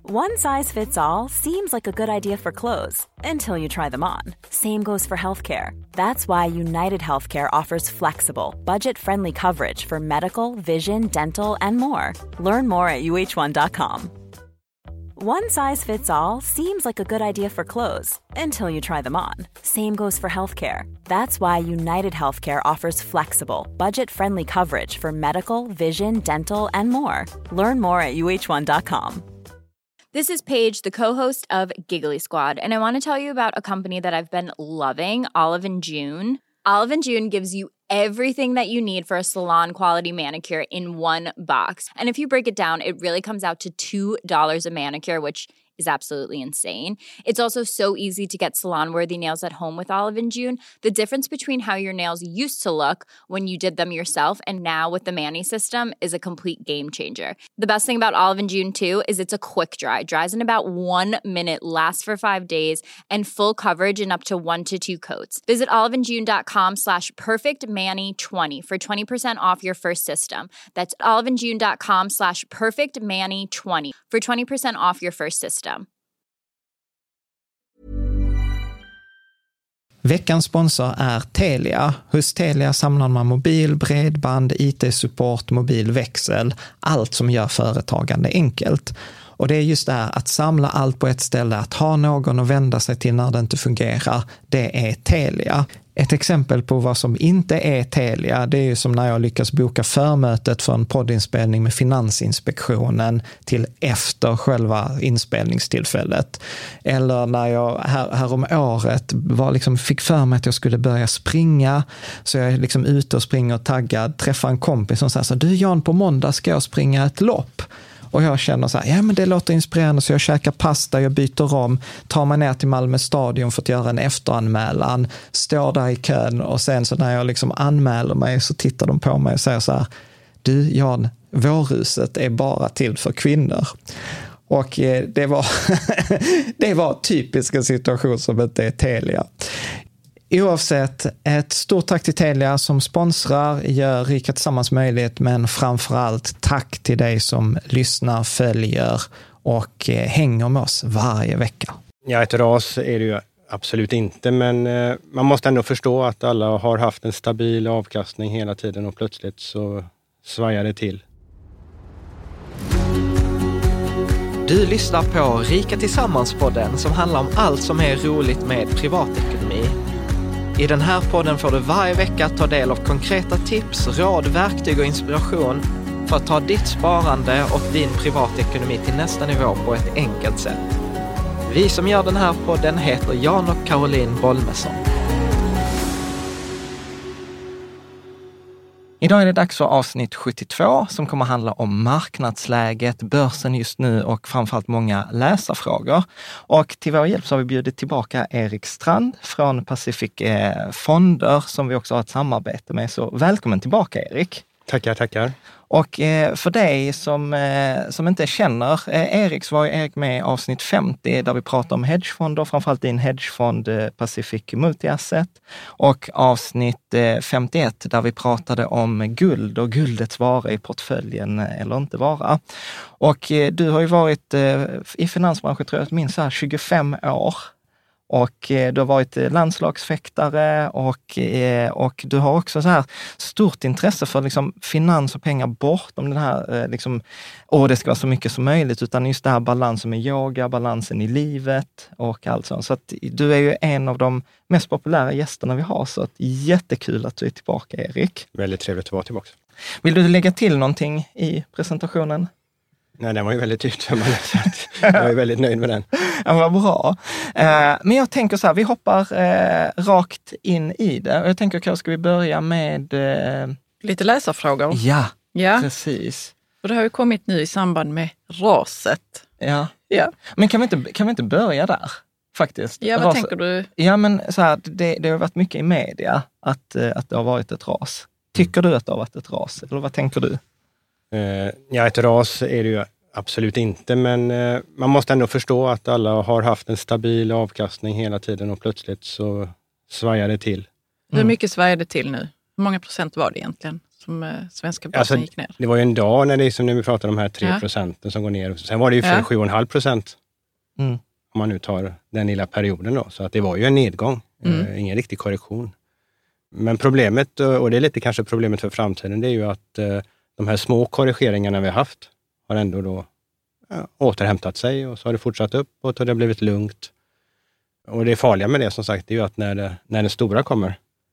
One size fits all seems like a good idea for clothes until you try them on. Same goes for healthcare. That's why United Healthcare offers flexible, budget-friendly coverage for medical, vision, dental, and more. Learn more at uh1.com. One size fits all seems like a good idea for clothes until you try them on. Same goes for healthcare. That's why United Healthcare offers flexible, budget-friendly coverage for medical, vision, dental, and more. Learn more at uh1.com. This is Paige, the co-host of Giggly Squad, and I want to tell you about a company that I've been loving, Olive & June. Olive & June gives you everything that you need for a salon-quality manicure in one box. And if you break it down, it really comes out to $2 a manicure, which is absolutely insane. It's also so easy to get salon-worthy nails at home with Olive & June. The difference between how your nails used to look when you did them yourself and now with the Mani system is a complete game changer. The best thing about Olive & June, too, is it's a quick dry. Dries in about 1 minute, lasts for 5 days, and full coverage in up to 1 to 2 coats. Visit oliveandjune.com/perfectmani20 for 20% off your first system. That's oliveandjune.com/perfectmani20 for 20% off your first system. Veckans sponsor är Telia. Hos Telia samlar man mobil, bredband, IT-support, mobilväxel, allt som gör företagande enkelt. Och det är just det här att samla allt på ett ställe, att ha någon att vända sig till när det inte fungerar, det är Telia. Ett exempel på vad som inte är Telia, det är ju som när jag lyckas boka förmötet för en poddinspelning med Finansinspektionen till efter själva inspelningstillfället. Eller när jag här om året fick för mig att jag skulle börja springa, så jag är liksom ute och springer och taggad, träffar en kompis som säger så: du Jan, på måndag ska jag springa ett lopp. Och jag känner så här, ja men det låter inspirerande, så jag käkar pasta, jag byter om, tar mig ner till Malmö stadion för att göra en efteranmälan, står där i kön, och sen så när jag liksom anmäler mig så tittar de på mig och säger så här: du Jan, vårhuset är bara till för kvinnor. Och det var typisk en situation som inte är Telia. Oavsett, ett stort tack till Telia som sponsrar, gör Rika Tillsammans möjligt, men framförallt tack till dig som lyssnar, följer och hänger med oss varje vecka. Ja, ett ras är det ju absolut inte, men man måste ändå förstå att alla har haft en stabil avkastning hela tiden och plötsligt så svajar det till. Du lyssnar på Rika Tillsammans-podden som handlar om allt som är roligt med privatekonomi. I den här podden får du varje vecka ta del av konkreta tips, råd, verktyg och inspiration för att ta ditt sparande och din privatekonomi till nästa nivå på ett enkelt sätt. Vi som gör den här podden heter Jan och Caroline Bolmesson. Idag är det dags för avsnitt 72 som kommer handla om marknadsläget, börsen just nu och framförallt många läsarfrågor. Och till vår hjälp så har vi bjudit tillbaka Erik Strand från Pacific Fonder som vi också har ett samarbete med. Så välkommen tillbaka, Erik. Tackar. Och för dig som inte känner Erik, så var Erik med i avsnitt 50 där vi pratar om hedgefonder, framförallt din hedgefond Pacific Multi-Asset, och avsnitt 51 där vi pratade om guld och guldets vara i portföljen eller inte vara. Och du har ju varit i finansbranschen, tror jag, minst 25 år. Och du har varit landslagsfäktare och du har också så här stort intresse för liksom finans och pengar bortom den här det ska vara så mycket som möjligt, utan just det här balansen med yoga, balansen i livet och allt sånt. Så att du är ju en av de mest populära gästerna vi har, så att jättekul att du är tillbaka, Erik. Väldigt trevligt att vara tillbaka. Vill du lägga till någonting i presentationen? Nej, den var ju väldigt uttömmande. Jag är väldigt nöjd med den. Ja, vad bra. Men jag tänker så här, vi hoppar rakt in i det. Och jag tänker, kanske ska vi börja med... lite läsarfrågor. Ja, precis. Och det har ju kommit nu i samband med raset. Ja. Men kan vi inte börja där, faktiskt? Ja, vad tänker du? Ja, men så här, det har varit mycket i media att det har varit ett ras. Tycker du att det har varit ett ras? Eller vad tänker du? Ja, ett ras är det ju absolut inte, men man måste ändå förstå att alla har haft en stabil avkastning hela tiden och plötsligt så svajar det till. Hur mycket svajar det till nu? Hur många procent var det egentligen som svenska börsen gick ner? Det var ju en dag när det är som när vi pratar om de här 3% som går ner. Sen var det ju för 7,5%. Om man nu tar den lilla perioden då. Så att det var ju en nedgång. Ingen riktig korrektion. Men problemet, och det är lite kanske problemet för framtiden, det är ju att de här små korrigeringarna vi har haft har ändå då återhämtat sig och så har det fortsatt uppåt och det har blivit lugnt. Och det farliga med det som sagt är ju att när den stora kommer,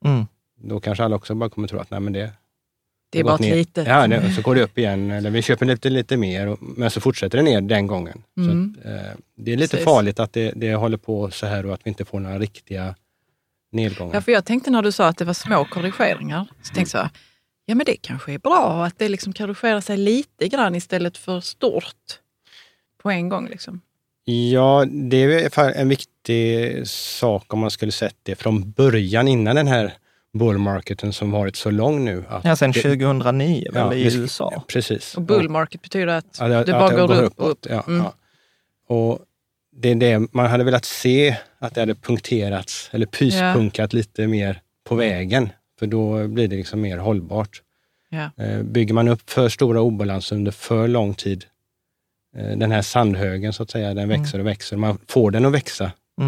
då kanske alla också bara kommer tro att nej men det är bara lite. Ja, så går det upp igen eller vi köper lite mer men så fortsätter det ner den gången. Så att, det är lite farligt att det håller på så här och att vi inte får några riktiga nedgångar. Ja, för jag tänkte när du sa att det var små korrigeringar, så tänkte jag ja men det kanske är bra att det liksom korrigerar sig lite grann istället för stort på en gång liksom. Ja, det är en viktig sak om man skulle sett det från början innan den här bullmarketen som varit så lång nu. Att sen 2009 i USA. Ja, precis. Och bullmarket betyder att det bara går upp och upp. Ja. Och det är det man hade velat se att det hade punkterats eller pyspunkat lite mer på vägen. För då blir det liksom mer hållbart. Ja. Bygger man upp för stora obalanser under för lång tid, den här sandhögen så att säga, den växer och växer. Man får den att växa.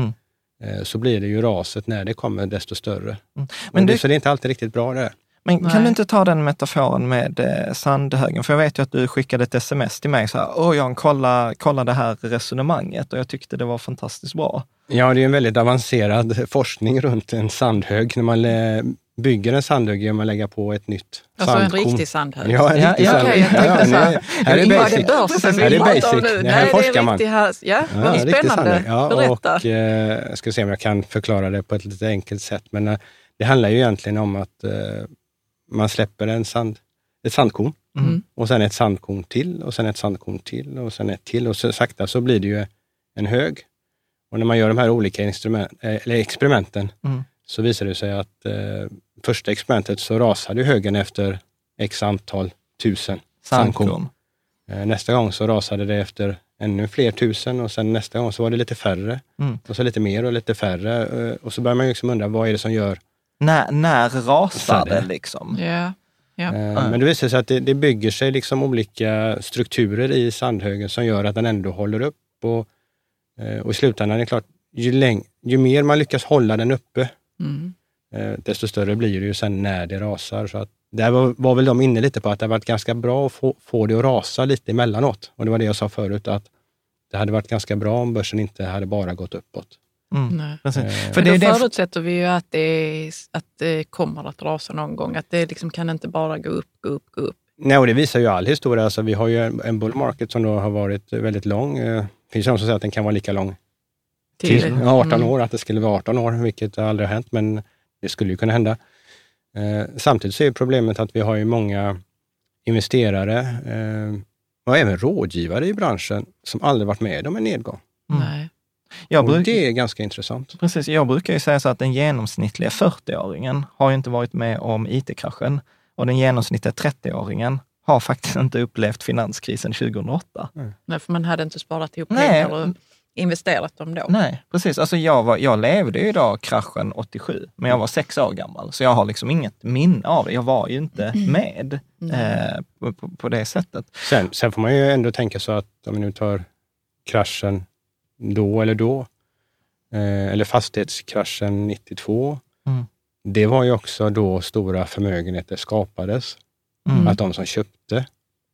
Så blir det ju raset när det kommer desto större. Men så det är inte alltid riktigt bra det. Men kan du inte ta den metaforen med sandhögen? För jag vet ju att du skickade ett sms till mig så här, Jan, kolla det här resonemanget och jag tyckte det var fantastiskt bra. Ja, det är en väldigt avancerad forskning runt en sandhög. När man bygger en sandhög gör man lägga på ett nytt sandkorn. Alltså en riktig sandhög? Ja, en riktig sandhög. Här är basic. Här är basic. Här forskar man. Vad spännande. Berätta. Och jag ska se om jag kan förklara det på ett lite enkelt sätt. Men det handlar ju egentligen om att man släpper ett sandkorn och sen ett sandkorn till och sen ett sandkorn till och sen ett till och så sakta så blir det ju en hög. Och när man gör de här olika experimenten så visar det sig att första experimentet så rasade högen efter x antal tusen sandkorn. Nästa gång så rasade det efter ännu fler tusen och sen nästa gång så var det lite färre och så lite mer och lite färre och så börjar man ju liksom undra vad är det som gör när rasar det liksom? Ja. Men det visar sig att det bygger sig liksom olika strukturer i sandhögen som gör att den ändå håller upp och i slutändan är det klart, ju mer man lyckas hålla den uppe desto större blir det ju sen när det rasar. Så att där var väl de inne lite på att det har varit ganska bra att få det att rasa lite emellanåt. Och det var det jag sa förut, att det hade varit ganska bra om börsen inte hade bara gått uppåt. För då förutsätter vi ju att det kommer att rasa någon gång. Att det liksom kan inte bara gå upp. Nej, och det visar ju all historia. Alltså, vi har ju en bull market som då har varit väldigt lång. Det finns någon som säger att den kan vara lika lång till 18 år. Att det skulle vara 18 år, vilket aldrig har hänt. Men det skulle ju kunna hända. Samtidigt så är problemet att vi har ju många investerare och även rådgivare i branschen som aldrig varit med om en nedgång. Nej. Det är ganska intressant. Precis, jag brukar ju säga så att den genomsnittliga 40-åringen har ju inte varit med om IT-kraschen och den genomsnittliga 30-åringen har faktiskt inte upplevt finanskrisen 2008. Nej, för man hade inte sparat ihop pengar och investerat dem då. Nej, precis. Alltså jag levde ju då kraschen 87, men jag var 6 år gammal. Så jag har liksom inget minne av det. Jag var ju inte med på det sättet. Sen får man ju ändå tänka så att om vi nu tar kraschen då eller fastighetskraschen 92. Det var ju också då stora förmögenheter skapades. Att de som köpte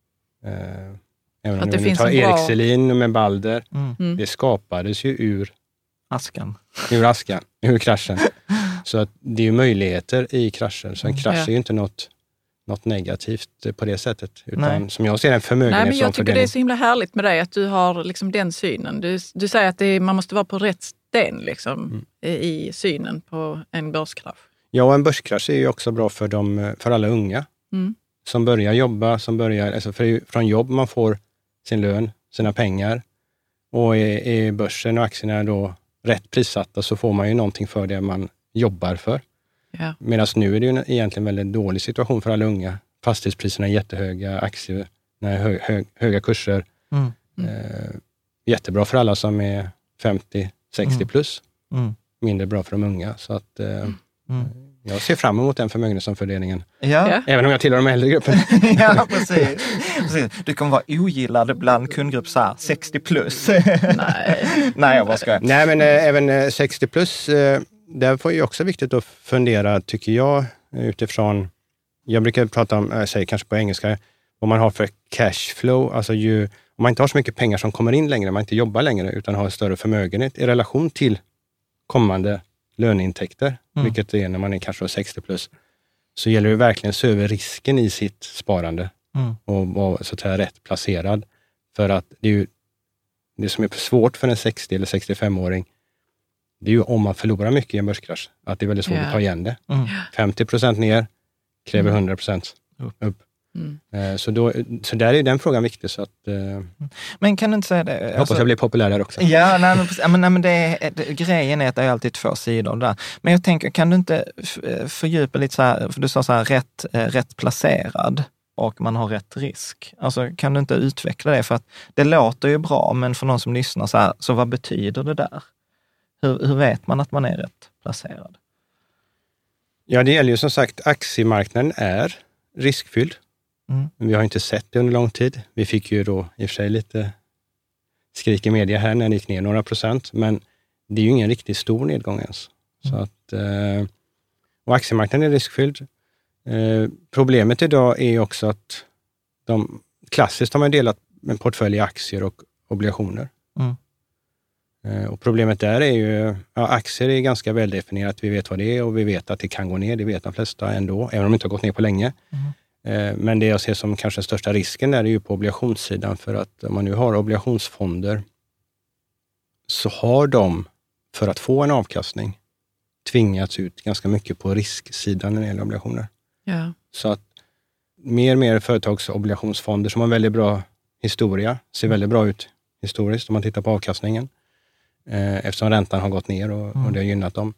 även om vi tar Erik Selin med Balder, det skapades ju ur askan, ur kraschen. Så att det är ju möjligheter i kraschen. Så en krasch är ju inte något negativt på det sättet. Utan som jag ser en förmögenhet. Nej, men jag tycker det är så himla härligt med dig att du har liksom den synen. Du säger att man måste vara på rätt sten liksom, i synen på en börskrasch. Ja, och en börskrasch är ju också bra för alla unga som börjar jobba, alltså från jobb man får sin lön, sina pengar. Och är börsen och aktierna då rätt prissatta så får man ju någonting för det man jobbar för. Ja. Medan nu är det ju egentligen en väldigt dålig situation för alla unga. Fastighetspriserna är jättehöga, aktier, höga kurser. Jättebra för alla som är 50-60 plus. Mindre bra för de unga. Så att Jag ser fram emot den förmögenhetsomfördelningen. Ja. Även om jag tillhör de äldre gruppen. Ja, precis. Du kommer vara ogillad bland kundgrupp så här, 60 plus. Nej, jag bara skojar. Nej, men även 60 plus, där är ju också viktigt att fundera, tycker jag, utifrån, jag brukar prata om, jag säger kanske på engelska, vad man har för cash flow, alltså om man inte har så mycket pengar som kommer in längre, man inte jobbar längre utan har en större förmögenhet i relation till kommande löneintäkter, vilket det är när man är kanske 60 plus, så gäller det verkligen att se över risken i sitt sparande och vara så att säga rätt placerad. För att det är ju det som är svårt för en 60 eller 65-åring, det är ju om man förlorar mycket i en börskrasch, att det är väldigt svårt att ta igen det. 50% ner kräver 100% upp. Så där är den frågan viktig. Så att, men kan du inte säga det? Jag hoppas jag blir populär där också. Ja, men grejen är att det är alltid två sidor där. Men jag tänker, kan du inte fördjupa lite så här, för du sa så här, rätt placerad och man har rätt risk. Alltså kan du inte utveckla det? För att det låter ju bra, men för någon som lyssnar så här, så vad betyder det där? Hur vet man att man är rätt placerad? Ja, det gäller ju som sagt, aktiemarknaden är riskfylld. Vi har inte sett det under lång tid. Vi fick ju då i och för sig lite skrik i media här när det gick ner några procent, men det är ju ingen riktigt stor nedgång ens. Så att, och aktiemarknaden är riskfylld. Problemet idag är också att klassiskt har man delat en portfölj i aktier och obligationer. Och problemet där är ju, aktier är ganska väldefinierat, vi vet vad det är och vi vet att det kan gå ner, det vet de flesta ändå, även om det inte har gått ner på länge. Men det jag ser som kanske den största risken där är ju på obligationssidan, för att om man nu har obligationsfonder så har de, för att få en avkastning, tvingats ut ganska mycket på risksidan när det gäller obligationer. Ja. Så att mer företagsobligationsfonder som har väldigt bra historia, ser väldigt bra ut historiskt om man tittar på avkastningen, eftersom räntan har gått ner och det har gynnat dem.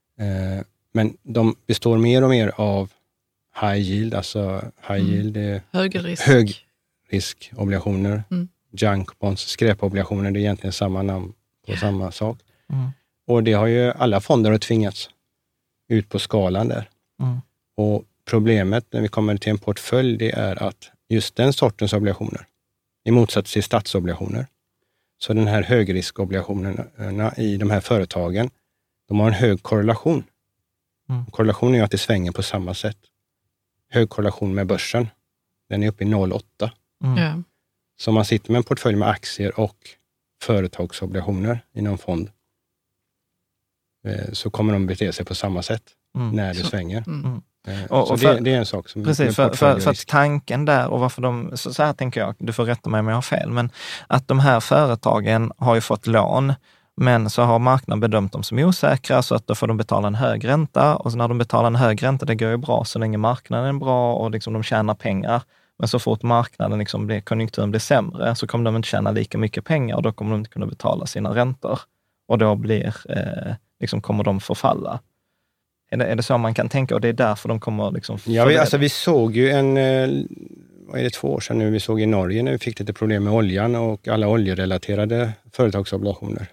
Men de består mer och mer av high yield, alltså high yield är högriskobligationer, junk bonds, skräpobligationer, det är egentligen samma namn på samma sak. Och det har ju alla fonder tvingats ut på skalan där. Och problemet när vi kommer till en portfölj, det är att just den sortens obligationer, i motsats till statsobligationer, så den här högriskobligationerna i de här företagen, de har en hög korrelation. Korrelation är ju att det svänger på samma sätt. Hög korrelation med börsen, den är uppe i 0,8. Så om man sitter med en portfölj med aktier och företagsobligationer i någon fond, så kommer de bete sig på samma sätt när det svänger. Så det är en sak som... Precis, för att tanken där och varför de... Så här tänker jag, du får rätta mig om jag har fel, men att de här företagen har ju fått lån, men så har marknaden bedömt dem som osäkra, så att då får de betala en hög ränta, och så när de betalar en hög ränta, det går ju bra så länge marknaden är bra och liksom de tjänar pengar. Men så fort marknaden konjunkturen blir sämre, så kommer de inte tjäna lika mycket pengar och då kommer de inte kunna betala sina räntor. Och då kommer de förfalla. Är det så man kan tänka? Och det är därför de kommer vi såg ju vad är det, 2 år sedan nu, vi såg i Norge när vi fick lite problem med oljan och alla oljerelaterade företagsobligationer.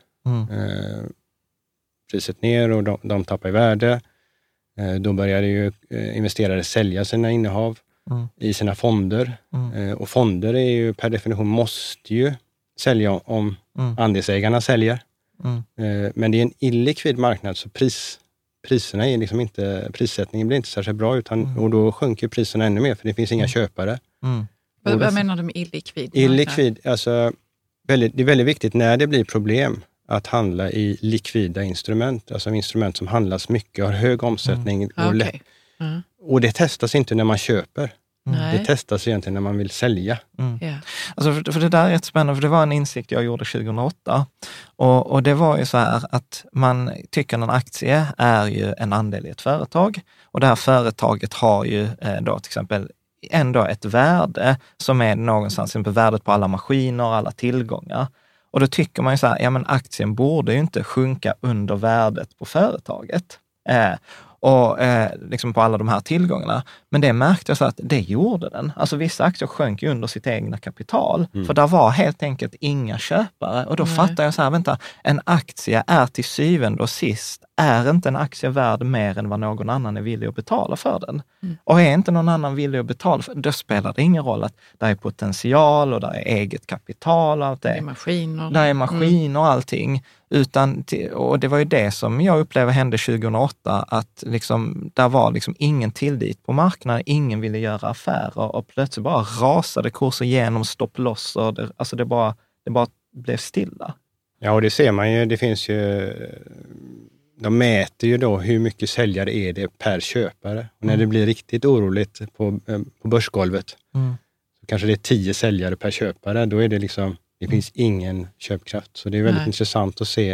Priset ner och de tappar i värde. Då började ju investerare sälja sina innehav i sina fonder. Och fonder är ju per definition måste ju sälja om andelsägarna säljer. Men det är en illikvid marknad, så priserna är inte, prissättningen blir inte särskilt bra, och då sjunker priserna ännu mer för det finns inga köpare. Vad menar du med illikvid? Illikvid, alltså det är väldigt viktigt när det blir problem att handla i likvida instrument, alltså instrument som handlas mycket, har hög omsättning och lätt. Och det testas inte när man köper. Det testas egentligen när man vill sälja. Alltså för det där är rätt spännande, för det var en insikt jag gjorde 2008. Och det var ju så här att man tycker att en aktie är ju en andel i ett företag. Och det här företaget har ju då till exempel ändå ett värde som är någonstans på värdet på alla maskiner och alla tillgångar. Och då tycker man ju så här, men aktien borde ju inte sjunka under värdet på företaget. Och på alla de här tillgångarna. Men det märkte jag så att det gjorde den. Alltså vissa aktier sjönk ju under sitt egna kapital. För där var helt enkelt inga köpare. Och då fattar jag så här, vänta, en aktie är till syvende och sist är inte en aktie värd mer än vad någon annan är villig att betala för den. Och är inte någon annan villig att betala för den, då spelar det ingen roll att det är potential och det är eget kapital. Och det är maskiner. Det är maskiner och allting. Och det var ju det som jag upplevde hände 2008, att liksom, där var liksom ingen tillit på marknaden, ingen ville göra affärer och plötsligt bara rasade kurser genom stopploss och det bara blev stilla. Ja, och det ser man ju, det finns ju, de mäter ju då hur mycket säljare är det per köpare. Och när det blir riktigt oroligt på börsgolvet, så kanske det är 10 säljare per köpare, då är det liksom, det finns ingen köpkraft. Så det är väldigt intressant att se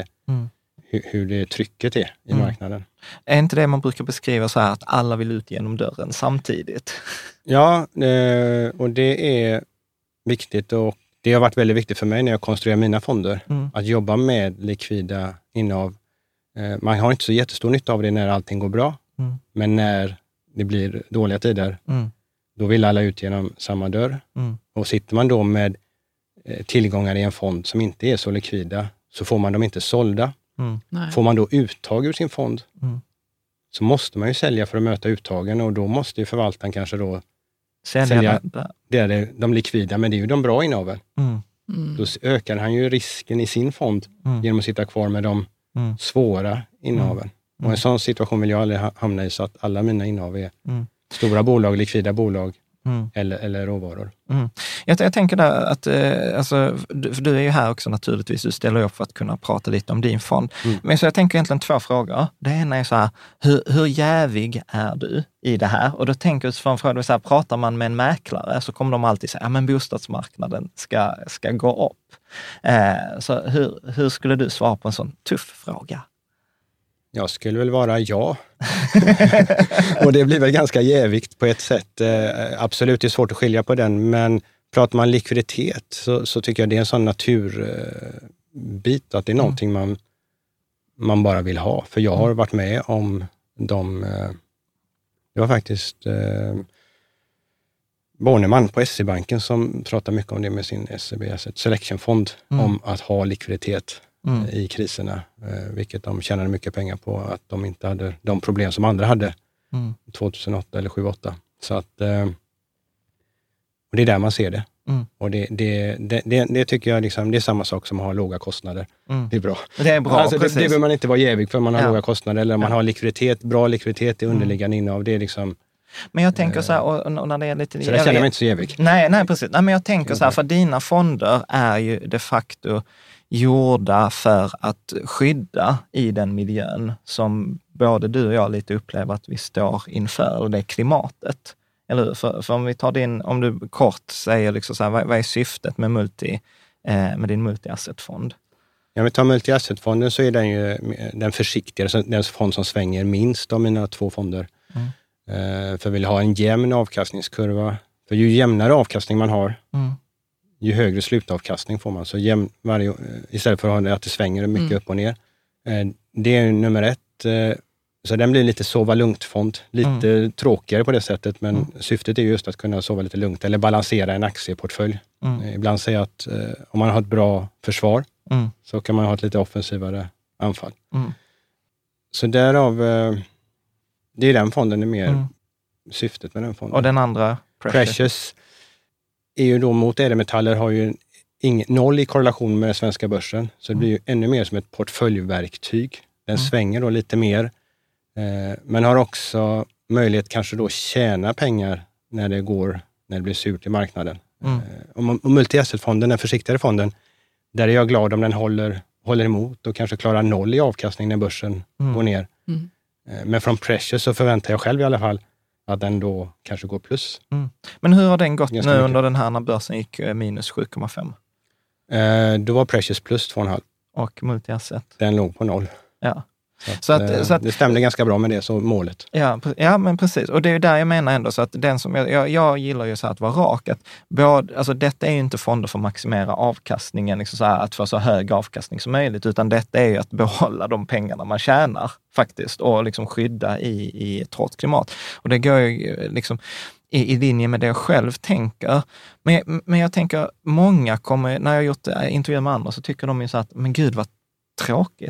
hur det trycket är i marknaden. Är inte det man brukar beskriva så här, att alla vill ut genom dörren samtidigt? Ja, och det är viktigt, och det har varit väldigt viktigt för mig när jag konstruerar mina fonder. Att jobba med likvida innehav. Man har inte så jättestor nytta av det när allting går bra. Men när det blir dåliga tider, då vill alla ut genom samma dörr. Och sitter man då med tillgångar i en fond som inte är så likvida, så får man dem inte sålda. Får man då uttag ur sin fond, så måste man ju sälja för att möta uttagen, och då måste ju förvaltaren kanske då sälja de likvida, men det är ju de bra innehaven. Då ökar han ju risken i sin fond genom att sitta kvar med de svåra innehaven. Och en sån situation vill jag aldrig hamna i, så att alla mina innehav är stora bolag, likvida bolag eller råvaror. Jag tänker där att, alltså, för du är ju här också naturligtvis, du ställer upp för att kunna prata lite om din fond. Men så jag tänker egentligen 2 frågor. Det ena är så här, hur jävig är du i det här? Och då tänker jag utifrån frågan, så här, pratar man med en mäklare så kommer de alltid säga, ja men bostadsmarknaden ska gå upp. Så hur skulle du svara på en sån tuff fråga? Jag skulle väl vara ja. Och det blir väl ganska jävigt på ett sätt. Absolut, det är svårt att skilja på den. Men pratar man likviditet så tycker jag det är en sån naturbit att det är någonting man bara vill ha. För jag har varit med om det var faktiskt Borneman på SE-banken som pratar mycket om det med sin SEB Asset Selection-fond, om att ha likviditet i kriserna, vilket de tjänade mycket pengar på, att de inte hade de problem som andra hade 2008 eller 2007-2008. Så att, och det är där man ser det. Och det tycker jag liksom, det är samma sak som att ha låga kostnader. Det är bra. Det är bra, alltså, det behöver man inte vara jävig för, man har låga kostnader, eller man har likviditet, bra likviditet i underliggande innehav. Det är liksom. Men jag tänker så här, och när det är lite. Så det känner jag mig inte så jävig. Nej, precis. Nej, men jag tänker så här, för dina fonder är ju de facto gjorda för att skydda i den miljön som både du och jag lite upplever att vi står inför, och det är klimatet. Eller för om vi tar om du kort säger liksom så här, vad är syftet med din multi-asset-fond? Ja, vi tar multi-asset-fonden, så är den ju den försiktigare, den fond som svänger minst av mina 2 fonder. För vill ha en jämn avkastningskurva. För ju jämnare avkastning man har, ju högre slutavkastning får man. Så istället för att det svänger mycket upp och ner. Det är nummer 1. Så den blir lite sova lugnt-fond. Lite tråkigare på det sättet, men syftet är just att kunna sova lite lugnt eller balansera en aktieportfölj. Ibland säger jag att om man har ett bra försvar så kan man ha ett lite offensivare anfall. Så därav, det är den fonden är mer syftet med den fonden. Och den andra, Precious är ju då mot ädelmetaller, har ju noll i korrelation med svenska börsen. Så det blir ju ännu mer som ett portföljverktyg. Den svänger då lite mer. Men har också möjlighet kanske då tjäna pengar när det blir surt i marknaden. Och multi-asset-fonden, den försiktigare fonden, där är jag glad om den håller emot och kanske klarar 0 i avkastning när börsen går ner. Men från Precious så förväntar jag själv i alla fall att den då kanske går plus. Men hur har den gått ganska nu mycket under den här när börsen gick minus 7,5? Då var Precious plus 2,5. Och multi-asset? Den låg på 0. Ja. Så att det stämde ganska bra med det, så målet. Ja, men precis. Och det är ju där jag menar ändå, så att den som jag gillar ju så att vara rak, att alltså detta är ju inte fonder för att maximera avkastningen, liksom så här, att få så hög avkastning som möjligt, utan detta är ju att behålla de pengarna man tjänar faktiskt, och liksom skydda i ett hårt klimat. Och det går ju liksom i linje med det jag själv tänker. Men jag tänker, många kommer, när jag har gjort intervjuer med andra, så tycker de ju så att, men gud vad tråkigt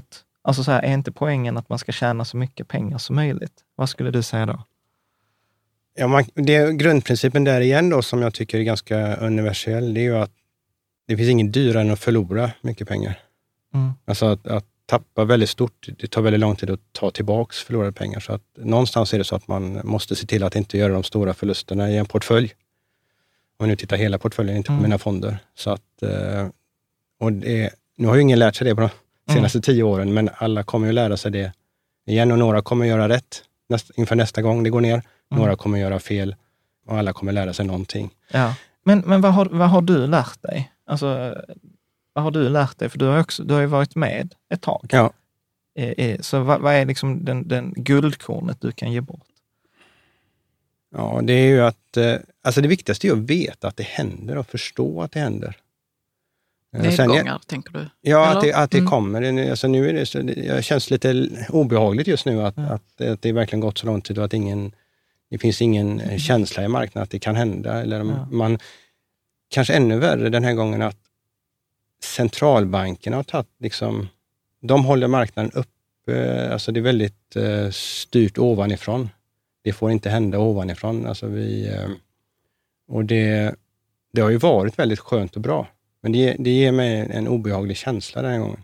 Alltså så här, är inte poängen att man ska tjäna så mycket pengar som möjligt? Vad skulle du säga då? Ja, det är grundprincipen där igen då som jag tycker är ganska universell. Det är ju att det finns ingen dyrare än att förlora mycket pengar. Alltså att tappa väldigt stort, det tar väldigt lång tid att ta tillbaks förlorade pengar. Så att någonstans är det så att man måste se till att inte göra de stora förlusterna i en portfölj. Om nu tittar hela portföljen, inte på mina fonder. Så att, och nu har ju ingen lärt sig det på de senaste 10 åren, men alla kommer ju lära sig det igen och några kommer göra rätt inför nästa gång det går ner. Några kommer göra fel och alla kommer lära sig någonting. Ja. Men vad har du lärt dig? Alltså, vad har du lärt dig? För du har ju varit med ett tag. Ja. Så vad är liksom den guldkornet du kan ge bort? Ja, det är ju att alltså det viktigaste är att veta att det händer och förstå att det händer. Nedgångar, tänker du? Ja, att det kommer. Alltså nu är det känns lite obehagligt just nu att det är verkligen gått så lång tid och att det finns ingen känsla i marknaden att det kan hända. Eller man kanske ännu värre den här gången att centralbankerna har tagit liksom, de håller marknaden uppe. Alltså det är väldigt styrt ovanifrån. Det får inte hända ovanifrån. Alltså och det har ju varit väldigt skönt och bra. Men det ger mig en obehaglig känsla den här gången.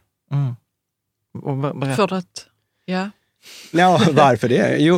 För att, ja. Varför det? Jo,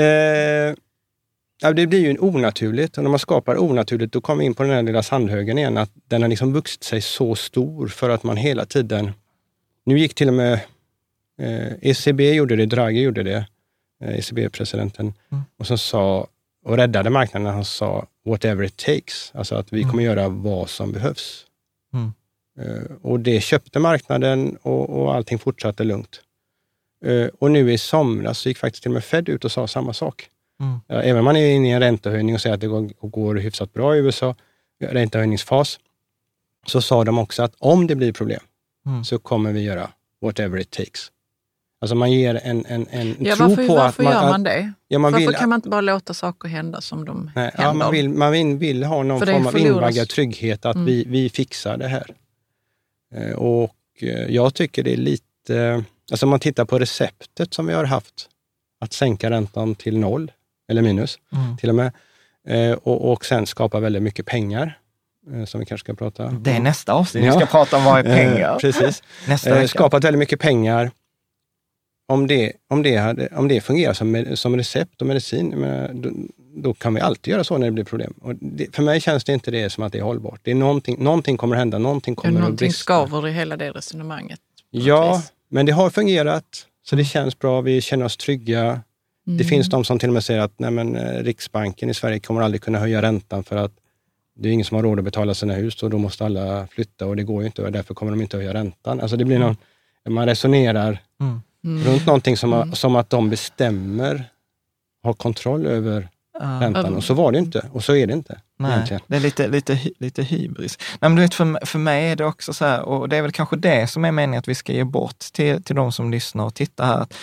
det blir ju onaturligt. Och när man skapar onaturligt, då kommer vi in på den här lilla sandhögen igen. Att den har liksom vuxit sig så stor för att man hela tiden... Nu gick till och med ECB gjorde det, Draghi gjorde det, ECB-presidenten. Och som sa, och räddade marknaden när han sa whatever it takes. Alltså att vi kommer göra vad som behövs. Och det köpte marknaden och allting fortsatte lugnt. Och nu i somras så gick faktiskt till och med Fed ut och sa samma sak. Även om man är inne i en räntehöjning och säger att det går hyfsat bra i USA, räntehöjningsfas, så sa de också att om det blir problem så kommer vi göra whatever it takes. Alltså man ger en tro på att varför gör man det? Varför kan man inte bara låta saker hända som de händer? Ja, man vill ha någon form av invaggad trygghet att vi fixar det här. Och jag tycker det är lite... Alltså om man tittar på receptet som vi har haft, att sänka räntan till 0 eller minus till och med, och sen skapa väldigt mycket pengar, som vi kanske ska prata om. Det är nästa avsnitt, vi ska prata om vad är pengar. Precis. Skapat väldigt mycket pengar. Om det fungerar som recept och medicin, då kan vi alltid göra så när det blir problem. Och för mig känns det inte det som att det är hållbart. Det är någonting kommer hända, någonting kommer att brista. Någonting skaver i hela det resonemanget. Ja, men det har fungerat, så det känns bra, vi känner oss trygga. Det finns de som till och med säger att Riksbanken i Sverige kommer aldrig kunna höja räntan för att det är ingen som har råd att betala sina hus och då måste alla flytta och det går ju inte och därför kommer de inte att höja räntan. Alltså det blir man resonerar runt någonting som att de bestämmer, har kontroll över räntan. Och så var det inte. Och så är det inte. Nej, egentligen. Det är lite hybris. Nej, men du vet, för mig är det också så här, och det är väl kanske det som är meningen att vi ska ge bort till de som lyssnar och tittar här. Att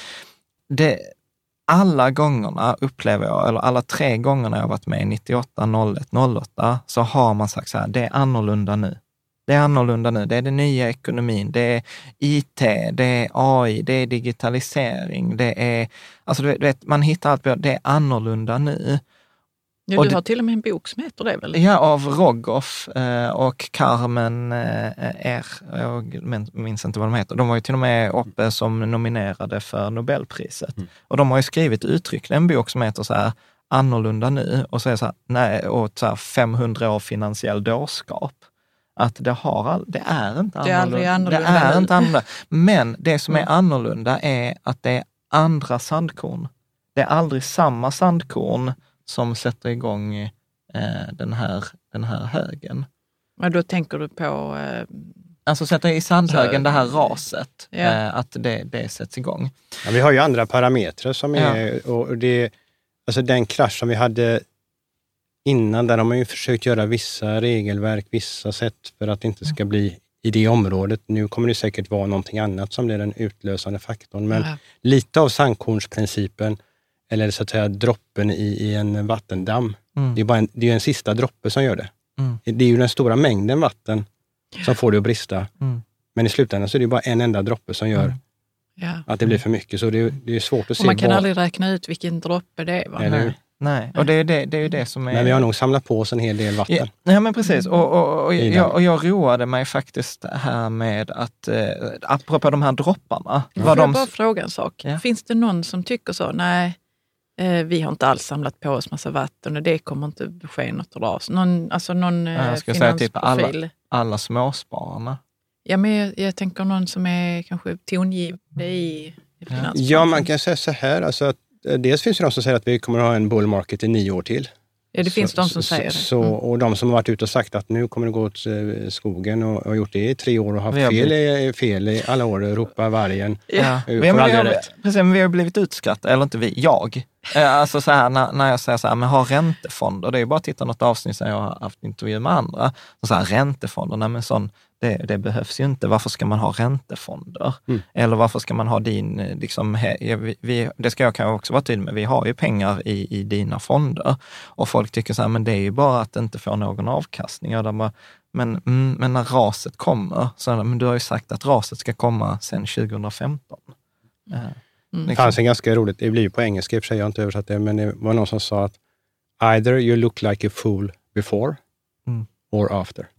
alla gångerna upplever jag, eller alla 3 gångerna jag har varit med, 98, 01, 08, så har man sagt så här, det är annorlunda nu. Det är annorlunda nu. Det är den nya ekonomin. Det är IT, det är AI, det är digitalisering. Det är, alltså du vet, man hittar allt på, det är annorlunda nu. Ja, du har till och med en bok som heter det väl? Ja, av Rogoff och Carmen jag minns inte vad de heter. De var ju till och med uppe som nominerade för Nobelpriset. Och de har ju skrivit uttryckligen en bok som heter så här, annorlunda nu. Och så är det så här, nej, och så här 500 år finansiell dårskap. Att det är inte annorlunda. Det är inte annorlunda. Men det som är annorlunda är att det är andra sandkorn. Det är aldrig samma sandkorn som sätter igång den här högen. Men då tänker du på... Alltså sätta i sandhögen det här raset, att det sätts igång. Ja, vi har ju andra parametrar som är... Och det, alltså den krasch som vi hade innan, där har man ju försökt göra vissa regelverk, vissa sätt för att det inte ska bli i det området. Nu kommer det säkert vara någonting annat som blir den utlösande faktorn. Men lite av sandkornsprincipen, eller så att säga droppen i en vattendamm. Det är en sista droppe som gör det. Det är ju den stora mängden vatten som får det att brista. Men i slutändan så är det bara en enda droppe som gör Att det blir för mycket. Så det är svårt att se. Och man kan aldrig räkna ut vilken droppe det är. Va? Nej. Och det är ju det som är... Men vi har nog samlat på oss en hel del vatten. Ja, men precis. Och jag roade mig faktiskt här med att, apropå de här dropparna. Får jag bara fråga en sak? Ja. Finns det någon som tycker så? Nej, vi har inte alls samlat på oss massa vatten och det kommer inte ske något ras. Någon jag ska säga typ alla småspararna. Ja, men jag tänker någon som är kanske tongivande i finansbranschen. Ja, man kan säga så här. Alltså att, dels finns det de som säger att vi kommer att ha en bull market i 9 år till. Ja, det finns de som säger det. Och de som har varit ute och sagt att nu kommer det gå åt skogen och har gjort det i 3 år och haft fel i alla år, ropa vargen. Ja. Vi har blivit utskrattade, eller inte vi, jag. Alltså så här, när jag säger så här, men har räntefonder, det är ju bara att titta något avsnitt där jag har haft intervju med andra. Så här, räntefonder, nej men sån, det behövs ju inte. Varför ska man ha räntefonder? Eller varför ska man ha din, liksom, det ska jag kanske också vara tydlig med, vi har ju pengar i dina fonder. Och folk tycker så här, men det är ju bara att det inte får någon avkastning. Men när raset kommer, så men du har ju sagt att raset ska komma sedan 2015. Det fanns en ganska roligt, det blir ju på engelska i och för sig, jag har inte översatt det, men det var någon som sa att either you look like a fool before or after.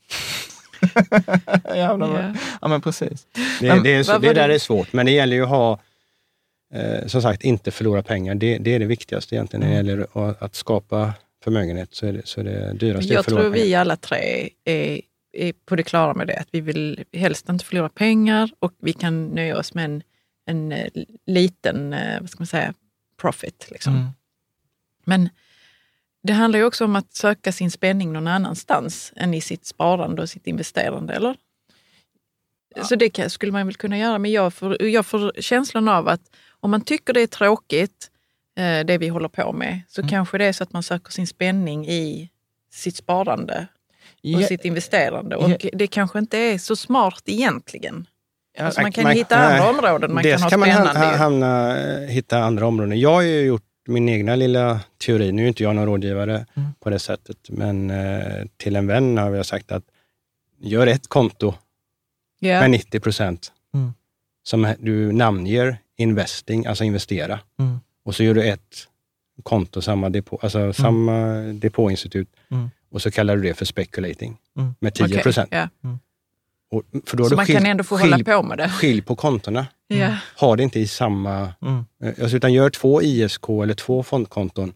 Ja, men precis. Det där är svårt, men det gäller ju att ha, som sagt, inte förlora pengar. Det är det viktigaste egentligen när det gäller att skapa förmögenhet, så är det dyraste. Jag tror vi alla tre är på det klara med det, att vi vill helst inte förlora pengar och vi kan nöja oss med en liten, vad ska man säga, profit. Liksom. Men det handlar ju också om att söka sin spänning någon annanstans än i sitt sparande och sitt investerande, eller? Ja. Så det skulle man väl kunna göra, men jag får känslan av att om man tycker det är tråkigt, det vi håller på med, så kanske det är så att man söker sin spänning i sitt sparande och sitt investerande. Och det kanske inte är så smart egentligen. Alltså man kan hitta andra områden man kan ha spännande. Hitta andra områden. Jag har ju gjort min egna lilla teori. Nu är inte jag någon rådgivare på det sättet. Men till en vän har jag sagt att gör ett konto med 90%. Som du namnger investing, alltså investera. Och så gör du ett konto, samma depåinstitut. Och så kallar du det för speculating. Med 10%. Okay, Och för då så man kan ändå få hålla på med det. Skilj på kontona. Ha det inte i samma... utan gör 2 ISK eller 2 fondkonton.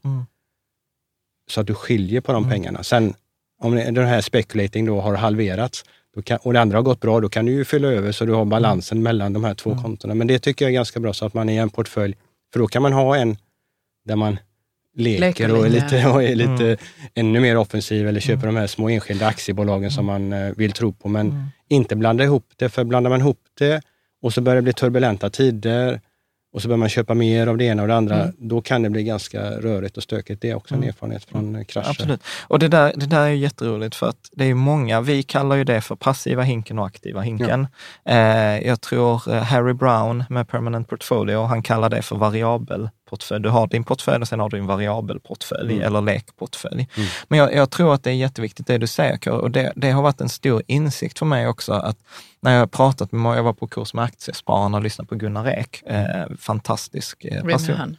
Så att du skiljer på de pengarna. Sen om den här speculating då har halverats och det andra har gått bra, då kan du ju fylla över så du har balansen mellan de här 2 kontona. Men det tycker jag är ganska bra, så att man är en portfölj. För då kan man ha en där man leker och är lite ännu mer offensiv, eller köper de här små enskilda aktiebolagen som man vill tro på, men inte blanda ihop det, för blandar man ihop det och så börjar det bli turbulenta tider och så börjar man köpa mer av det ena och det andra, då kan det bli ganska rörigt och stökigt. Det är också en erfarenhet från krascher. Absolut. Och det där är ju jätteroligt, för att det är många, vi kallar ju det för passiva hinken och aktiva hinken. Jag tror Harry Brown med Permanent Portfolio, han kallar det för variabel portfölj. Du har din portfölj och sen har du en variabel portfölj eller lekportfölj. Men jag tror att det är jätteviktigt det du säger, och det har varit en stor insikt för mig också, att när jag har pratat med många, jag var på kurs med Aktiespararna och lyssnade på Gunnar Ek, fantastisk person.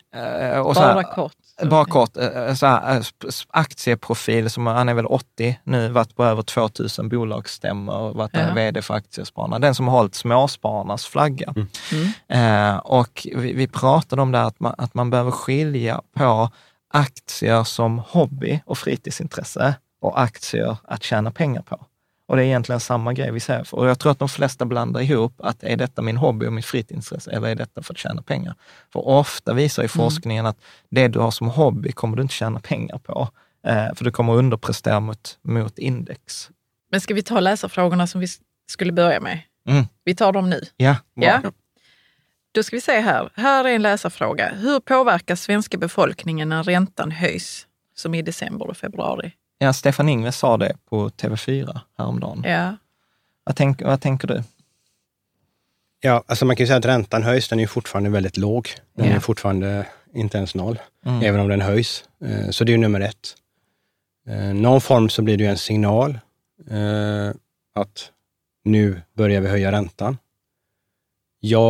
Bara kort, så här, aktieprofil, som han är väl 80 nu, varit på över 2000 bolagsstämmor, varit vd för Aktiespararna. Den som har hållit småspararnas flagga. Och vi pratade om det, att man behöver skilja på aktier som hobby och fritidsintresse och aktier att tjäna pengar på. Och det är egentligen samma grej vi säger. Och jag tror att de flesta blandar ihop att är detta min hobby och mitt fritidsintresse, eller är detta för att tjäna pengar? För ofta visar ju forskningen att det du har som hobby kommer du inte tjäna pengar på. För du kommer underprestera mot index. Men ska vi ta läsarfrågorna som vi skulle börja med? Vi tar dem nu. Ja. Då ska vi se här. Här är en läsarfråga. Hur påverkas svenska befolkningen när räntan höjs, som i december och februari? Ja, Stefan Ingves sa det på TV4 häromdagen. Ja. Vad tänker du? Ja, alltså man kan ju säga att räntan höjs, den är fortfarande väldigt låg. Den är fortfarande inte ens 0, även om den höjs. Så det är ju nummer 1. Någon form så blir det ju en signal att nu börjar vi höja räntan. Jag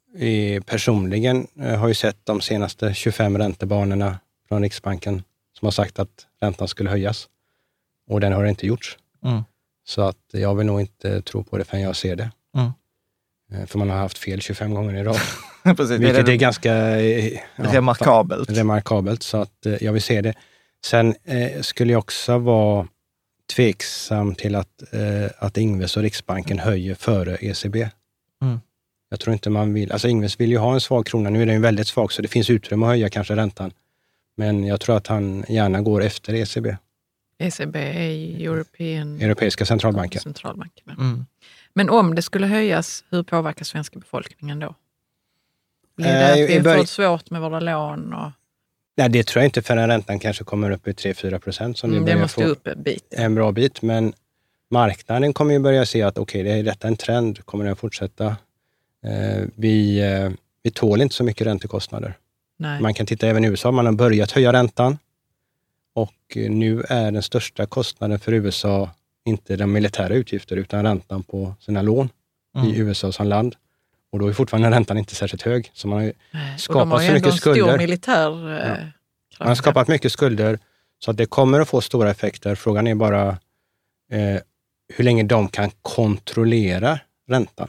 personligen har ju sett de senaste 25 räntebanorna från Riksbanken som har sagt att räntan skulle höjas. Och den har inte gjorts. Så att jag vill nog inte tro på det förrän jag ser det. För man har haft fel 25 gånger i rad. Precis, vilket är ganska remarkabelt. Så att jag vill se det. Sen skulle jag också vara tveksam till att Ingves och Riksbanken höjer före ECB. Jag tror inte man vill. Alltså Ingves vill ju ha en svag krona. Nu är den ju väldigt svag så det finns utrymme att höja kanske räntan. Men jag tror att han gärna går efter ECB. ECB är Europeiska centralbanken. Men om det skulle höjas, hur påverkar svenska befolkningen då? Blir det att vi får svårt med våra lån? Nej, det tror jag inte förrän räntan kanske kommer upp i 3-4%. Som det måste upp en bit. En bra bit, men marknaden kommer ju börja se att det är detta en trend, kommer den fortsätta. Vi tål inte så mycket räntekostnader. Nej. Man kan titta även i USA, man har börjat höja räntan. Och nu är den största kostnaden för USA inte de militära utgifter utan räntan på sina lån i USA som land. Och då är fortfarande räntan inte särskilt hög. Så man har skapat så mycket skulder. Stor militär man har skapat mycket skulder så att det kommer att få stora effekter. Frågan är bara hur länge de kan kontrollera räntan.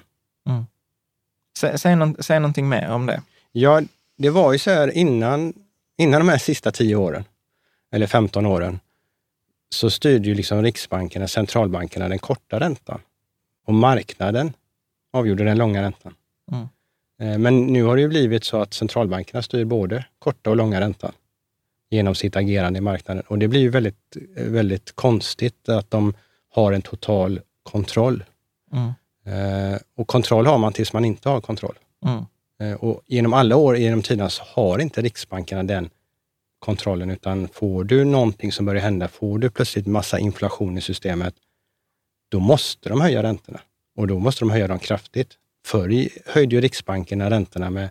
Säg någonting mer om det. Ja, det var ju så här innan de här sista 10 åren eller 15 åren så styrde ju liksom Riksbankerna, centralbankerna den korta räntan. Och marknaden avgjorde den långa räntan. Men nu har det ju blivit så att centralbankerna styr både korta och långa räntan genom sitt agerande i marknaden. Och det blir ju väldigt, väldigt konstigt att de har en total kontroll. Och kontroll har man tills man inte har kontroll. Och genom alla år, genom tiden så har inte Riksbankerna den kontrollen, utan får du någonting som börjar hända, får du plötsligt massa inflation i systemet, då måste de höja räntorna. Och då måste de höja dem kraftigt. Förr höjde ju Riksbankerna räntorna med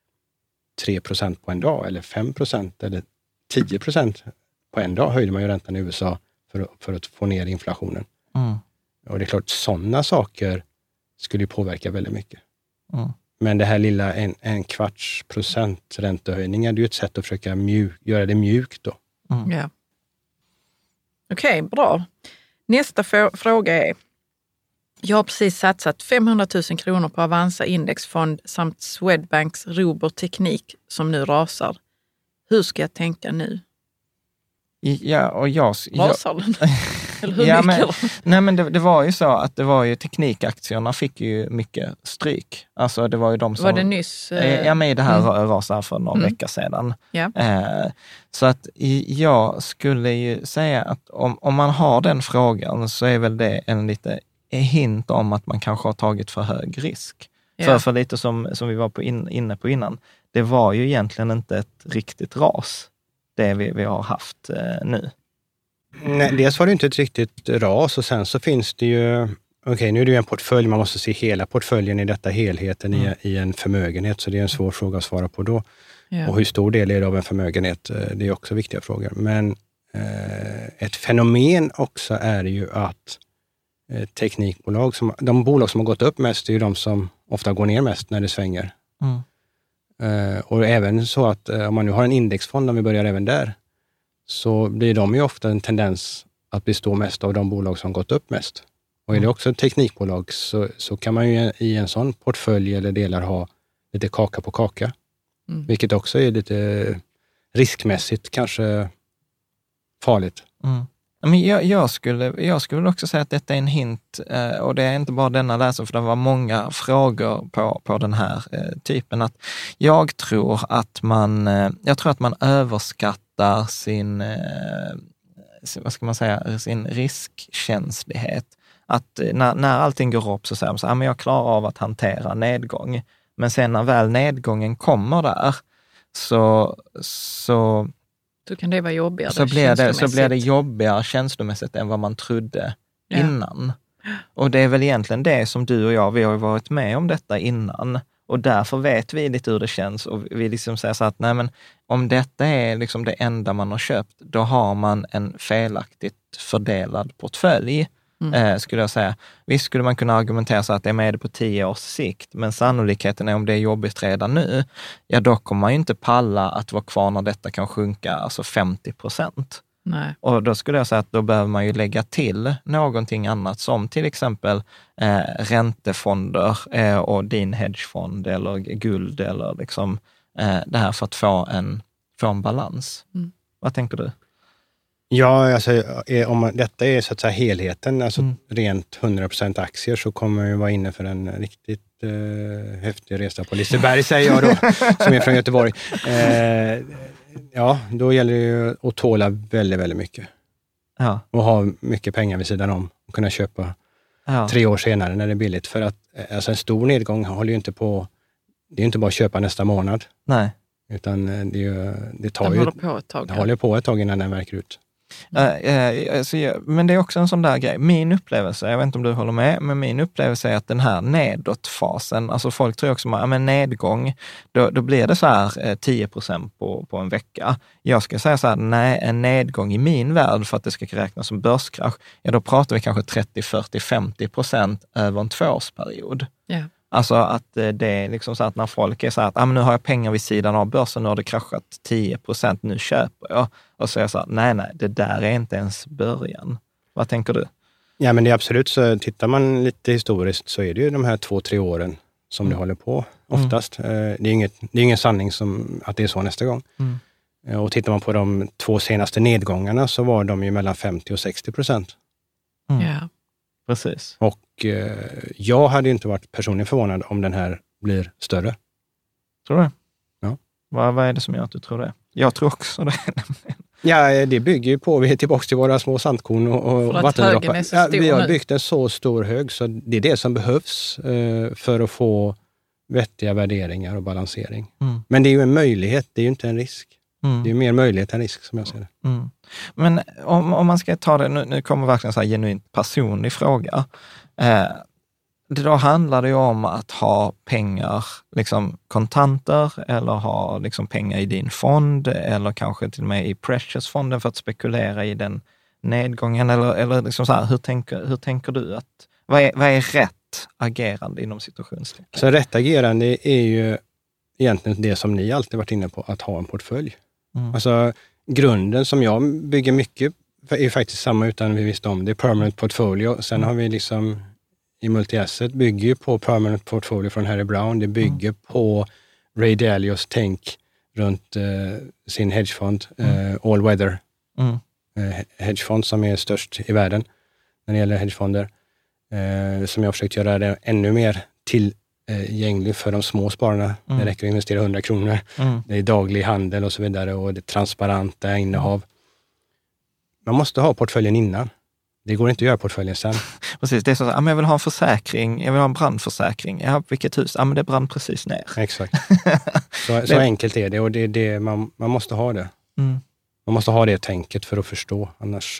3% på en dag, eller 5% eller 10% på en dag höjde man ju räntan i USA för att få ner inflationen. Och det är klart, sådana saker skulle ju påverka väldigt mycket. Men det här lilla 0,25% räntehöjning är ju ett sätt att försöka göra det mjukt då. Ja. Okej, bra. Nästa fråga är: jag har precis satsat 500 000 kronor på Avanza indexfond samt Swedbanks Robur Teknik som nu rasar. Hur ska jag tänka nu? Ja, och rasar den? Eller hur mycket? Men det var ju så att det var ju teknikaktierna fick ju mycket stryk. Alltså det var ju de som... Var det nyss? Ja, men det här rasade för några veckor sedan. Ja. Så att jag skulle ju säga att om man har den frågan så är väl det en lite hint om att man kanske har tagit för hög risk. Ja. För lite som vi var inne på innan, det var ju egentligen inte ett riktigt ras, det vi har haft nu. Nej, dels var det inte ett riktigt ras och sen så finns det ju, nu är det ju en portfölj, man måste se hela portföljen i detta helheten i en förmögenhet, så det är en svår fråga att svara på då. Ja. Och hur stor del är det av en förmögenhet, det är också viktiga frågor. Men ett fenomen också är ju att teknikbolag, de bolag som har gått upp mest är ju de som ofta går ner mest när det svänger. Och även så att om man nu har en indexfond, om vi börjar även där, så blir de ju ofta en tendens att bestå mest av de bolag som gått upp mest. Och är det också ett teknikbolag så kan man ju i en sån portfölj eller delar ha lite kaka på kaka. Vilket också är lite riskmässigt kanske farligt. Men jag skulle också säga att detta är en hint, och det är inte bara denna läsare, för det var många frågor på den här typen. Att jag tror att man överskattar sin riskkänslighet. Att när allting går upp så säger man så här, men jag klarar av att hantera nedgång. Men sen när väl nedgången kommer där så kan det vara jobbigare. Så blir det jobbigare känslomässigt än vad man trodde innan. Och det är väl egentligen det som du och jag, vi har ju varit med om detta innan. Och därför vet vi lite hur det känns. Och vi liksom säger så att nej, men om detta är liksom det enda man har köpt, då har man en felaktigt fördelad portfölj. skulle jag säga. Visst skulle man kunna argumentera så att det är med på 10 års sikt, men sannolikheten är om det är jobbigt redan nu, ja då kommer man ju inte palla att vara kvar när detta kan sjunka, alltså 50%. Nej. Och då skulle jag säga att då behöver man ju lägga till någonting annat som till exempel räntefonder och din hedgefond eller guld eller liksom det här för att få en balans. Vad tänker du? Ja, alltså om detta är så att säga helheten, alltså rent 100% aktier, så kommer man ju vara inne för en riktigt häftig resa på Liseberg, säger jag då, som är från Göteborg. Ja, då gäller det ju att tåla väldigt, väldigt mycket. Ja. Och ha mycket pengar vid sidan om och kunna köpa 3 år senare när det är billigt. För att alltså en stor nedgång håller ju inte på, det är ju inte bara att köpa nästa månad. Nej. Utan det tar De ju... håller på ett tag. Det håller på ett tag innan den verkar ut. Men det är också en sån där grej. Min upplevelse, jag vet inte om du håller med, men min upplevelse är att den här nedåtfasen, alltså folk tror också att nedgång, då blir det så här 10% på en vecka. Jag ska säga så här, nej, en nedgång i min värld för att det ska räknas som börskrasch, ja då pratar vi kanske 30, 40, 50% över en 2-årsperiod. Ja. Alltså att det är liksom så att när folk är så här att nu har jag pengar vid sidan av börsen, nu har det kraschat 10%, nu köper jag. Och så är jag så här, nej, det där är inte ens början. Vad tänker du? Ja, men det är absolut så. Tittar man lite historiskt så är det ju de här 2-3 åren som det håller på oftast. Det är ingen sanning som att det är så nästa gång. Och tittar man på de 2 senaste nedgångarna så var de ju mellan 50 och 60%. Ja. Precis. Och jag hade inte varit personligen förvånad om den här blir större. Tror du? Ja. Vad är det som gör att du tror det? Jag tror också det. Ja, det bygger ju på, vi är tillbaka till våra små sandkorn och vattendroppar. Ja, vi har byggt en så stor hög så det är det som behövs för att få vettiga värderingar och balansering. Men det är ju en möjlighet, det är ju inte en risk. Det är mer möjlighet än risk som jag ser det. Men om man ska ta det, nu kommer verkligen så här genuint personlig fråga. Då handlar det ju om att ha pengar, liksom kontanter, eller ha liksom pengar i din fond, eller kanske till och med i Precious-fonden för att spekulera i den nedgången. Eller liksom så här, hur tänker du att, vad är rätt agerande inom situationstecken? Så rätt agerande är ju egentligen det som ni alltid varit inne på, att ha en portfölj. Alltså grunden som jag bygger mycket är faktiskt samma utan vi visste om det, är permanent portfolio. Sen har vi liksom i multi-asset bygger ju på permanent portfolio från Harry Brown. Det bygger på Ray Dalios tänk runt sin hedgefond, All Weather hedgefond som är störst i världen när det gäller hedgefonder. Som jag har försökt göra det ännu mer tillgänglig för de små spararna. Det räcker att investera 100 kronor. Det är daglig handel och så vidare och det är transparenta innehav. Man måste ha portföljen innan. Det går inte att göra portföljen sen. Precis, det är så att jag vill ha en försäkring, jag vill ha en brandförsäkring. Ja, vilket hus? Ja, men det brann precis ner. Exakt. Så enkelt är det och det är det man måste ha det. Man måste ha det tänket för att förstå. Annars,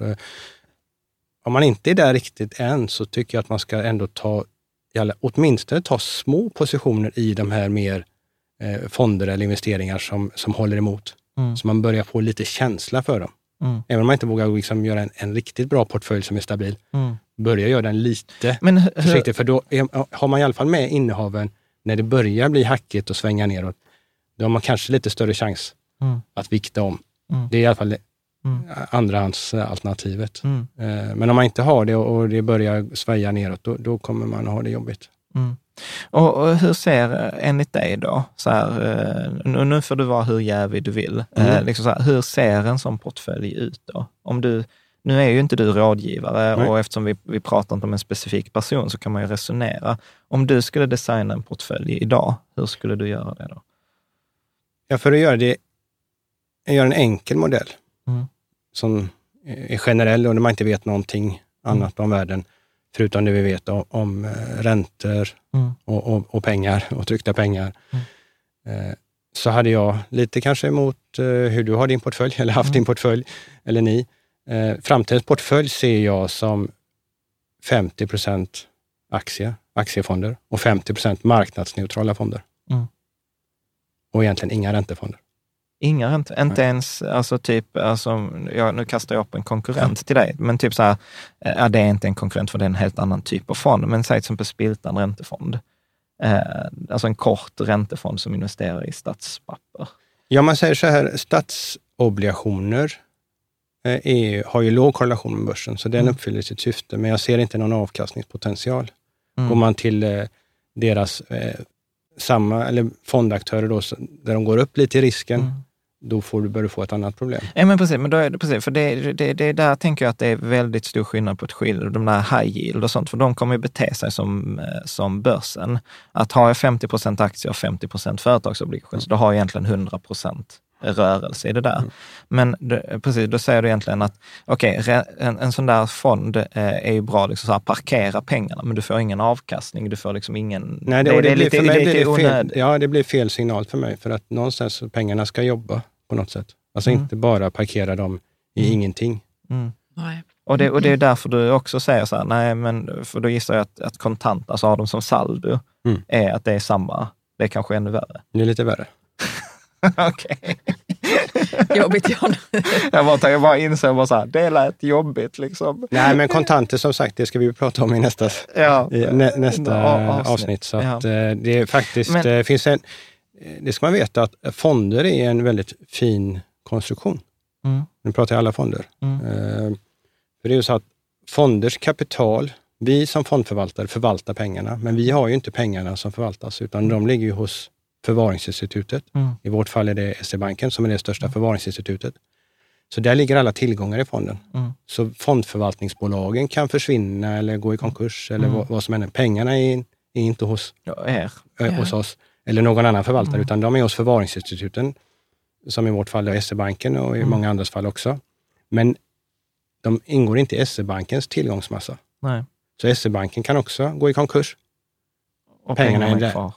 om man inte är där riktigt än så tycker jag att man ska ändå åtminstone ta små positioner i de här mer fonder eller investeringar som håller emot. Så man börjar få lite känsla för dem. Även om man inte vågar liksom göra en riktigt bra portfölj som är stabil. Börja göra den lite försiktigt. För då har man i alla fall med innehaven när det börjar bli hackigt och svänga neråt. Då har man kanske lite större chans att vikta om. Det är i alla fall andrahandsalternativet. Men om man inte har det och det börjar sväja neråt, då kommer man ha det jobbigt. Och hur ser enligt dig då, så här, nu får du vara hur jävig du vill, liksom så här, hur ser en sån portfölj ut då? Nu är ju inte du rådgivare. Nej. Och eftersom vi pratar inte om en specifik person så kan man ju resonera. Om du skulle designa en portfölj idag, hur skulle du göra det då? Ja, för att göra det, jag gör en enkel modell som är generell och när man inte vet någonting annat om världen förutom det vi vet om räntor och pengar och tryckta pengar. Så hade jag lite kanske emot hur du har din portfölj eller haft din portfölj eller ni. Framtidens portfölj ser jag som 50% aktiefonder och 50% marknadsneutrala fonder. Och egentligen inga räntefonder. Inga räntor, inte ens, alltså typ, alltså, nu kastar jag upp en konkurrent till dig, men typ så här, det är inte en konkurrent för det är en helt annan typ av fond, men säg som på Spiltan räntefond. Alltså en kort räntefond som investerar i statspapper. Ja, man säger så här, statsobligationer har ju låg korrelation med börsen, så den uppfyller sitt syfte, men jag ser inte någon avkastningspotential. Går man till deras samma, eller fondaktörer då, där de går upp lite i risken, då bör du få ett annat problem. Ja, men precis, men då är det precis, för det där tänker jag att det är väldigt stor skillnad på ett skill, de där high yield och sånt, för de kommer ju bete sig som börsen. Att ha 50% aktier och 50% företagsobligation, så då har jag egentligen 100% rörelse i det där. Men precis, då säger du egentligen att en sån där fond är ju bra liksom så här, parkera pengarna, men du får ingen avkastning, du får liksom ingen... Nej, det blir fel signal för mig, för att någonstans pengarna ska jobba på något sätt. Alltså inte bara parkera dem i ingenting. Nej. Och det är därför du också säger så här, nej, men för då gissar jag att kontant, alltså har de som saldo, är att det är samma, det är kanske ännu värre. Det är lite värre. Okej. Jobbigt, Jan. Jag bara insåg så här, det lät jobbigt liksom. Nej, men kontanter som sagt, det ska vi prata om i nästa avsnitt. Så att det är faktiskt, det ska man veta att fonder är en väldigt fin konstruktion. Nu pratar jag alla fonder. För det är ju så att fonders kapital, vi som fondförvaltare förvaltar pengarna, men vi har ju inte pengarna som förvaltas, utan de ligger ju hos förvaringsinstitutet. I vårt fall är det SE-banken som är det största förvaringsinstitutet. Så där ligger alla tillgångar i fonden. Så fondförvaltningsbolagen kan försvinna eller gå i konkurs eller vad som händer. Pengarna är inte hos oss eller någon annan förvaltare, utan de är hos förvaringsinstituten, som i vårt fall är SE-banken och i många andras fall också. Men de ingår inte i SE-bankens tillgångsmassa. Nej. Så SE-banken kan också gå i konkurs. Och pengarna är kvar.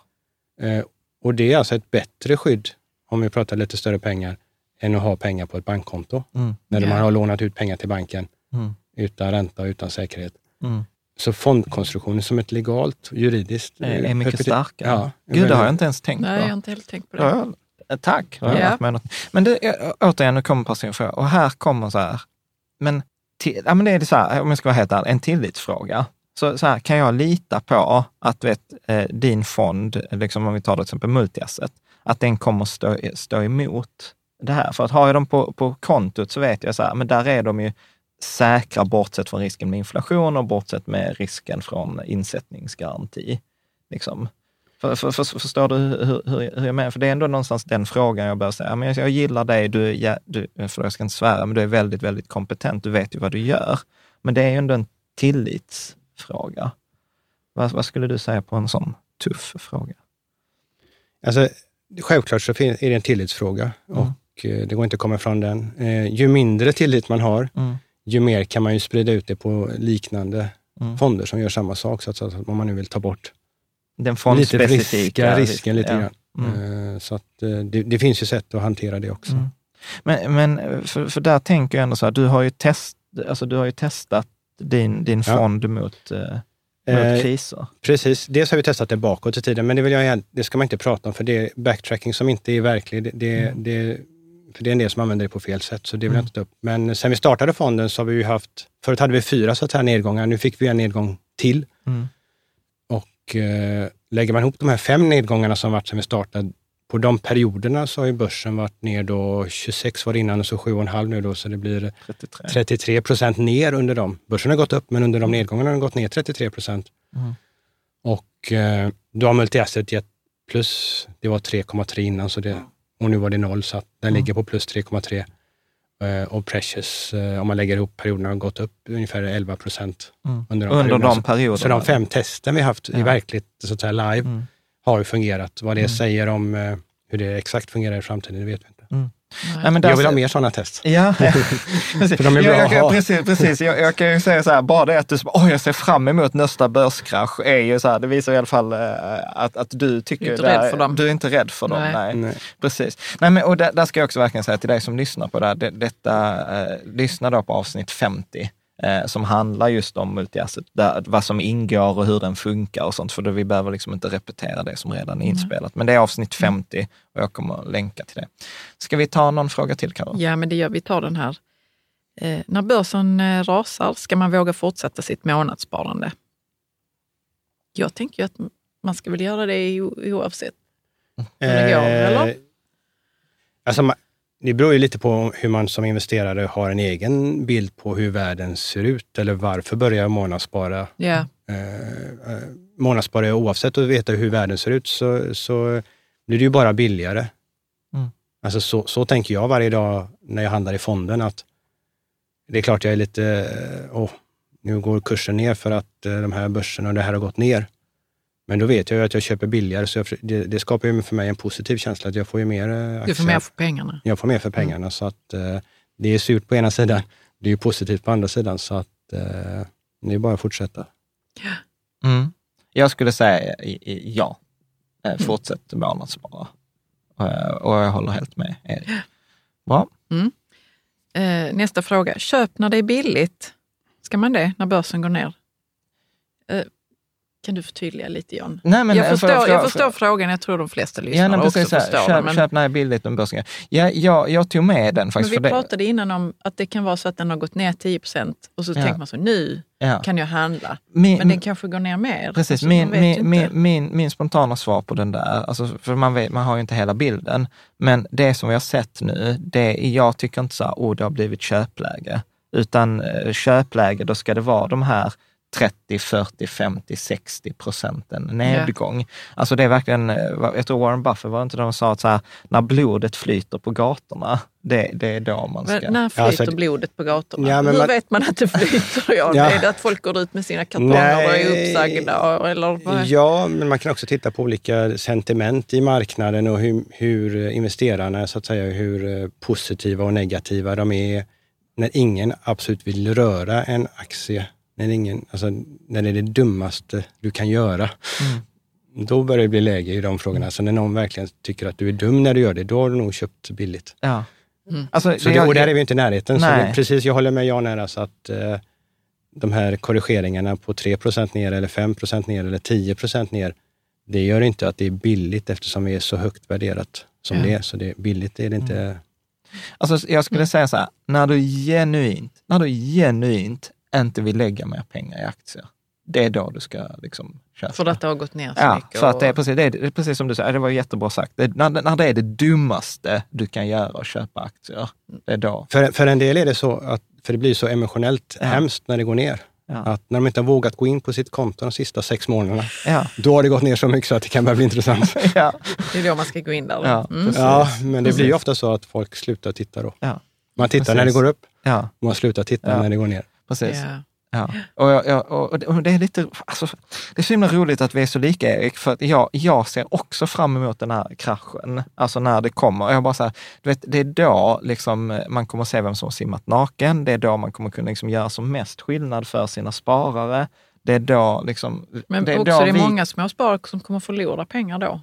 Och det är alltså ett bättre skydd, om vi pratar lite större pengar, än att ha pengar på ett bankkonto. När man har lånat ut pengar till banken utan ränta och utan säkerhet. Så fondkonstruktionen som ett legalt, juridiskt... är mycket starkare. Ja, Gud, det har jag inte ens tänkt på. Nej, jag har inte helt tänkt på det. Ja, tack. Men återigen, nu kommer personen fråga. Och här kommer så här... Men det är så här, om jag ska vara helt ärlig, en tillitsfråga. Så här, kan jag lita på att din fond, liksom om vi tar till exempel multiasset, att den kommer stå emot det här? För att har jag dem på kontot så vet jag så här, men där är de ju säkra bortsett från risken med inflation och bortsett med risken från insättningsgaranti. Liksom. Förstår du hur jag menar? För det är ändå någonstans den frågan jag bör säga. Men jag gillar dig, för jag ska inte svära, men du är väldigt, väldigt kompetent. Du vet ju vad du gör. Men det är ju ändå en tillitsfråga. Vad skulle du säga på en sån tuff fråga? Alltså, självklart så är det en tillitsfråga och det går inte att komma ifrån den. Ju mindre tillit man har, ju mer kan man ju sprida ut det på liknande fonder som gör samma sak. Så att om man nu vill ta bort den fondspecifika risken lite grann. Så att det finns ju sätt att hantera det också. Men för där tänker jag ändå så här, du har ju testat din fond mot kriser. Precis, dels har vi testat det bakåt i tiden, men det ska man inte prata om, för det är backtracking som inte är verklig. För det är en del som använder det på fel sätt, så det vill jag inte ta upp. Men sen vi startade fonden så har vi ju förut hade vi 4 så att säga nedgångar, nu fick vi en nedgång till. Och lägger man ihop de här 5 nedgångarna som varit sedan vi startade, på de perioderna så har ju börsen varit ner då 26 var innan och så 7,5 nu då, så det blir 33% ner under dem. Börsen har gått upp, men under de nedgångarna har den gått ner 33%. Och då har multi-asset gett plus, det var 3,3 innan, och nu var det 0, så att den ligger på plus 3,3. Och Precious, om man lägger ihop perioderna, har gått upp ungefär 11% under de perioderna. Så de 5 testen vi haft i verkligt så att säga live har ju fungerat. Vad det säger om hur det exakt fungerar i framtiden, det vet vi inte. Nej, men jag vill ha mer sådana test. Ja, precis. För de är bra att ha. Precis. Jag kan ju säga så här, bara det att du jag ser fram emot nästa börskrasch är ju så här, det visar i alla fall att du tycker du är inte rädd för dem. Nej. Precis. Nej, men och där ska jag också verkligen säga till dig som lyssnar på det här, lyssna då på avsnitt 50 som handlar just om multi-asset, vad som ingår och hur den funkar och sånt, för då vi behöver liksom inte repetera det som redan är inspelat. Men det är avsnitt 50 och jag kommer att länka till det. Ska vi ta någon fråga till, Karo? Ja, men det gör vi. Tar den här. När börsen rasar, ska man våga fortsätta sitt månadssparande? Jag tänker ju att man ska väl göra det oavsett hur det går, eller? Alltså, det beror ju lite på hur man som investerare har en egen bild på hur världen ser ut eller varför börjar jag månadsspara. Yeah. Månadsspara oavsett att veta hur världen ser ut så blir det ju bara billigare. Alltså så tänker jag varje dag när jag handlar i fonden, att det är klart jag är lite, nu går kursen ner för att de här börserna och det här har gått ner. Men då vet jag ju att jag köper billigare, så det skapar ju för mig en positiv känsla att jag får ju mer aktier. Du får mer för pengarna. Jag får mer för pengarna, så att det är surt på ena sidan. Det är ju positivt på andra sidan, så att det är bara att fortsätta. Jag skulle säga ja. Fortsätt månadsspara. Och jag håller helt med Erik. Bra. Nästa fråga. Köp när det är billigt. Ska man det när börsen går ner? Kan du förtydliga lite, John? Nej, men jag förstår frågan. Jag tror de flesta lyssnare också förstår den. Köp när det är billigt om börsen. Jag tog med den faktiskt. Men vi pratade innan om att det kan vara så att den har gått ner 10% och så tänker man så, nu kan jag handla. Men den kanske går ner mer. Precis, alltså, min spontana svar på den där, alltså, för man har ju inte hela bilden, men det som vi har sett nu, jag tycker inte så det har blivit köpläge, utan köpläge, då ska det vara de här 30, 40, 50, 60% nedgång. Alltså det är verkligen, jag tror Warren Buffett var inte de sa att så här, när blodet flyter på gatorna, det är då man ska... Men när flyter blodet på gatorna? Ja, hur vet man att det flyter? Är det att folk går ut med sina kartonger och är uppsagda? Eller? Ja, men man kan också titta på olika sentiment i marknaden och hur investerarna, så att säga, hur positiva och negativa de är när ingen absolut vill röra en aktie. När det är det dummaste du kan göra, då börjar det bli läge i de frågorna. Så när någon verkligen tycker att du är dum när du gör det, då har du nog köpt billigt. Ja. Alltså, och där är vi inte i närheten. Så precis, jag håller med Jan här, alltså att de här korrigeringarna på 3% ner eller 5% ner eller 10% ner, det gör inte att det är billigt eftersom vi är så högt värderat som det är. Så det är billigt, är det inte... Alltså jag skulle säga så här, när du genuint inte vill lägga mer pengar i aktier, det är då du ska liksom köpa. För att det har gått ner så mycket. För att det är precis som du säger, det var jättebra sagt. När det är det dummaste du kan göra att köpa aktier, det är då. För en del är det så, att, för det blir så emotionellt hemskt när det går ner. Att när de inte har vågat gå in på sitt konto de sista 6 månaderna, då har det gått ner så mycket så att det kan bli intressant. Det är då man ska gå in där. Ja, men det blir ju ofta så att folk slutar titta då. Man tittar när det går upp, och man slutar titta när det går ner. Precis. Ja. Och det är lite, alltså, det är så himla roligt att vi är så lika, Erik, för att jag ser också fram emot den här kraschen, alltså när det kommer. Jag bara så här, du vet, det är då liksom man kommer att se vem som har simmat naken, det är då man kommer kunna liksom göra som mest skillnad för sina sparare, det är då liksom... Men det är också det är många små sparare som kommer förlora pengar då.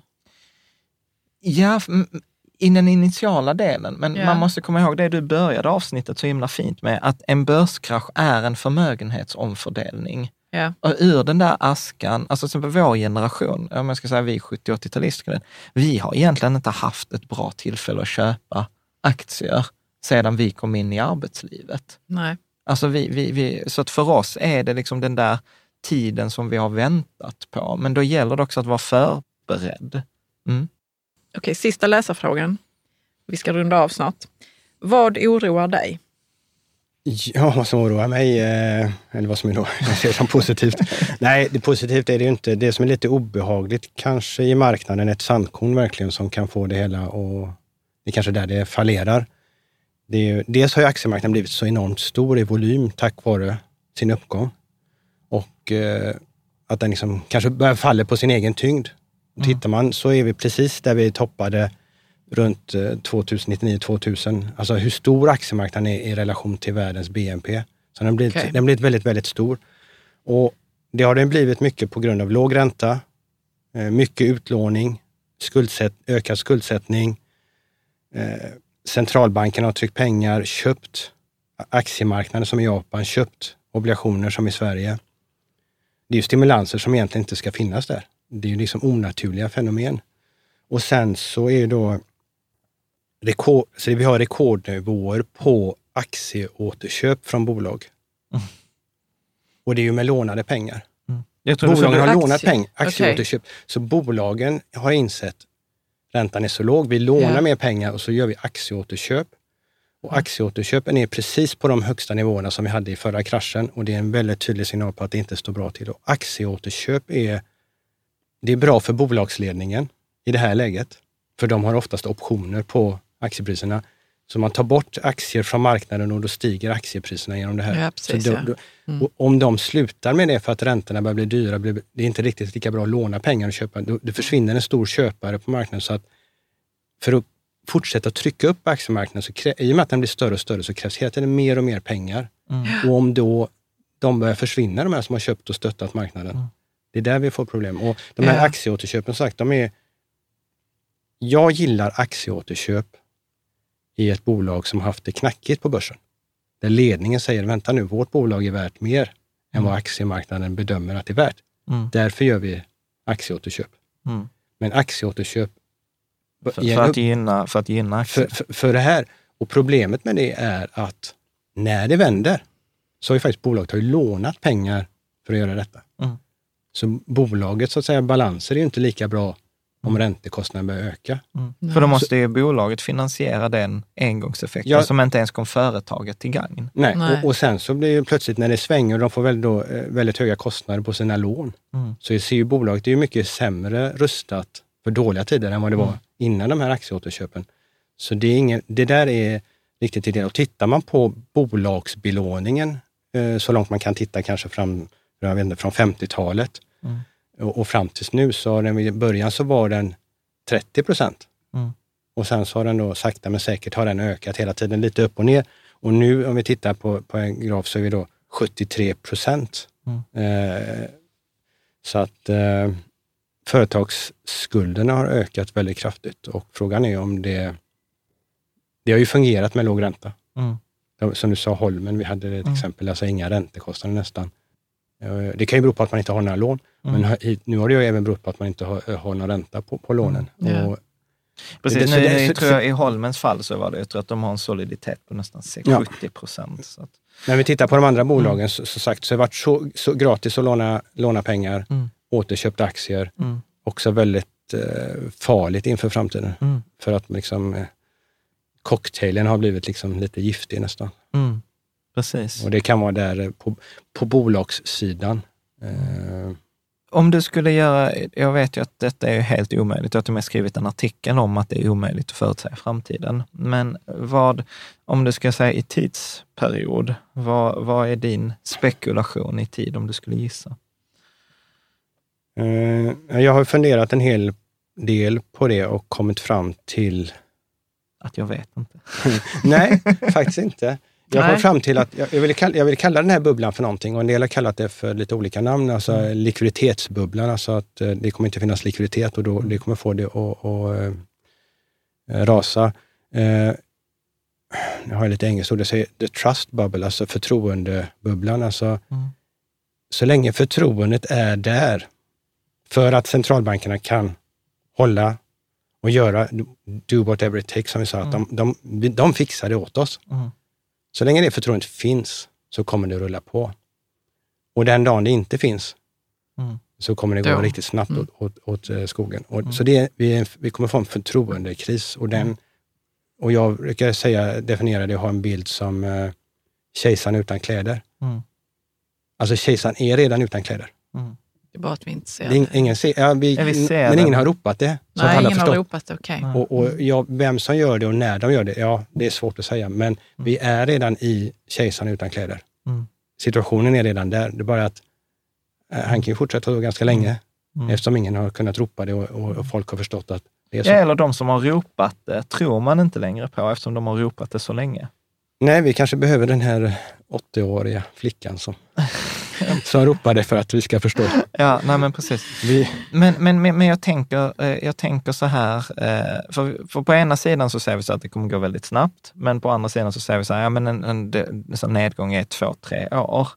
Ja, i den initiala delen, men man måste komma ihåg det du började avsnittet så himla fint med, att en börskrasch är en förmögenhetsomfördelning. Och ur den där askan, alltså som vår generation, om jag ska säga vi 70-80-talister, vi har egentligen inte haft ett bra tillfälle att köpa aktier sedan vi kom in i arbetslivet. Nej. Alltså så att för oss är det liksom den där tiden som vi har väntat på, men då gäller det också att vara förberedd. Okej, sista läsarfrågan. Vi ska runda av snart. Vad oroar dig? Ja, vad som oroar mig, eller vad som är då, jag ser som positivt. Nej, det positivt är det ju inte. Det som är lite obehagligt kanske i marknaden, ett sandkorn verkligen som kan få det hela, och det är kanske där det fallerar. Dels har ju aktiemarknaden blivit så enormt stor i volym tack vare sin uppgång. Och att den liksom kanske börjar falla på sin egen tyngd. Tittar man så är vi precis där vi toppade runt 2099-2000. Alltså hur stor aktiemarknaden är i relation till världens BNP. Så den har blivit väldigt, väldigt stor. Och det har den blivit mycket på grund av låg ränta, mycket utlåning, ökad skuldsättning. Centralbanken har tryckt pengar, köpt aktiemarknaden som i Japan, köpt obligationer som i Sverige. Det är ju stimulanser som egentligen inte ska finnas där. Det är ju liksom onaturliga fenomen. Och sen så är då vi har rekordnivåer på aktieåterköp från bolag. Och det är ju med lånade pengar. Bolagen har lånat pengar, aktieåterköp. Okay. Så bolagen har insett räntan är så låg, vi lånar mer pengar och så gör vi aktieåterköp. Och aktieåterköpen är precis på de högsta nivåerna som vi hade i förra kraschen och det är en väldigt tydlig signal på att det inte står bra till. Och aktieåterköp det är bra för bolagsledningen i det här läget, för de har oftast optioner på aktiepriserna. Så man tar bort aktier från marknaden och då stiger aktiepriserna genom det här. Ja, precis, och om de slutar med det för att räntorna börjar bli dyra, det är inte riktigt lika bra att låna pengar och köpa. Det försvinner en stor köpare på marknaden, så att för att fortsätta trycka upp aktiemarknaden, så i och med att den blir större och större så krävs hela tiden mer och mer pengar. Och om då de börjar försvinna, de här som har köpt och stöttat marknaden, det är där vi får problem. Och de här aktieåterköpen, sagt, jag gillar aktieåterköp i ett bolag som haft det knackigt på börsen. Där ledningen säger, vänta nu, vårt bolag är värt mer än vad aktiemarknaden bedömer att det är värt. Därför gör vi aktieåterköp. Men aktieåterköp för att gynna aktier. För det här. Och problemet med det är att när det vänder så har ju faktiskt bolaget lånat pengar för att göra detta. Så bolaget, så att säga, balanser är ju inte lika bra om räntekostnaden börjar öka. För då måste ju bolaget finansiera den engångseffekten som inte ens kom företaget till gagn. Nej. Och sen så blir det plötsligt när det svänger och de får väldigt höga kostnader på sina lån. Så ser ju bolaget, det är ju mycket sämre rustat för dåliga tider än vad det var innan de här aktieåterköpen. Så det där är riktigt idé. Och tittar man på bolagsbelåningen så långt man kan titta kanske från 50-talet och fram tills nu, så i början så var den 30%. Och sen så har den då sakta men säkert har den ökat hela tiden, lite upp och ner. Och nu om vi tittar på en graf så är vi då 73%. Så att företagsskulderna har ökat väldigt kraftigt och frågan är om det har ju fungerat med låg ränta. Som du sa, Holmen, vi hade ett exempel, alltså inga räntekostnader nästan. Det kan ju bero på att man inte har några lån, men nu har det ju även berott på att man inte har någon ränta på lånen. Och precis, tror jag i Holmens fall så var det, jag tror att de har en soliditet på nästan 70%. Så att. När vi tittar på de andra bolagen så sagt så har det varit så gratis att låna pengar, återköpt aktier, också väldigt farligt inför framtiden. För att liksom cocktailen har blivit liksom lite giftig nästan. Precis. Och det kan vara där på bolagssidan. Om du skulle göra, jag vet ju att detta är helt omöjligt, jag har till och med skrivit en artikel om att det är omöjligt att förutsäga framtiden. Men om du ska säga i tidsperiod, vad är din spekulation i tid om du skulle gissa? Jag har funderat en hel del på det och kommit fram till att jag vet inte. Nej, faktiskt inte. Jag kom fram till att jag vill kalla den här bubblan för någonting, och en del har kallat det för lite olika namn, alltså likviditetsbubblan, alltså att det kommer inte finnas likviditet och då det kommer få det att rasa. Jag har lite engelskt ord, det säger the trust bubble, alltså förtroendebubblan, alltså så länge förtroendet är där för att centralbankerna kan hålla och göra do whatever it takes, som vi sa, att de fixar det åt oss. Så länge det förtroendet finns så kommer det rulla på. Och den dagen det inte finns så kommer det gå riktigt snabbt åt skogen. Och så vi kommer få en förtroendekris. Och jag brukar definiera det och ha en bild som kejsaren utan kläder. Alltså kejsaren är redan utan kläder. Det är bara att vi inte ser det. Ingen ser, men ingen har ropat det. Så Nej, alla ingen har ropat det, okej. Och vem som gör det och när de gör det, det är svårt att säga. Men vi är redan i kejsaren utan kläder. Situationen är redan där. Det är bara att han kan ju fortsätta då ganska länge. Eftersom ingen har kunnat ropa det och folk har förstått att det är så. Eller de som har ropat det tror man inte längre på eftersom de har ropat det så länge. Nej, vi kanske behöver den här 80-åriga flickan som ropade för att vi ska förstå. Ja, nej men precis. Men jag tänker så här, för på ena sidan så säger vi så att det kommer gå väldigt snabbt, men på andra sidan så säger vi så här, en nedgång är 2-3 år.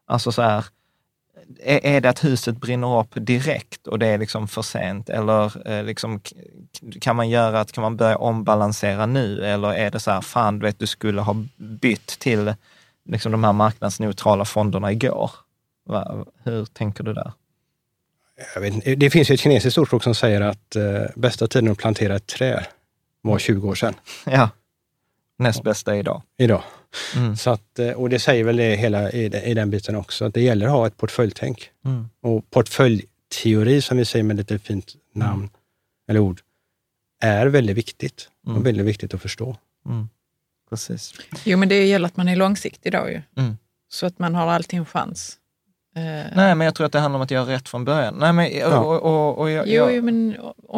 Alltså så här, är det att huset brinner upp direkt och det är liksom för sent? Eller liksom, kan man börja ombalansera nu? Eller är det så här, fan, du vet, du skulle ha bytt till liksom de här marknadsneutrala fonderna igår? Hur tänker du där? Jag vet inte, det finns ju ett kinesiskt ordspråk som säger att bästa tiden att plantera ett träd var 20 år sedan. Ja, näst bästa idag. Så att, och det säger väl det hela i den biten också, att det gäller att ha ett portföljtänk. Och portföljteori, som vi säger med lite fint namn eller ord, är väldigt viktigt och väldigt viktigt att förstå. Precis. Jo, men det gäller att man är långsiktig då ju. Så att man har alltid en chans. Nej, men jag tror att det handlar om att göra rätt från början. Nej, men, men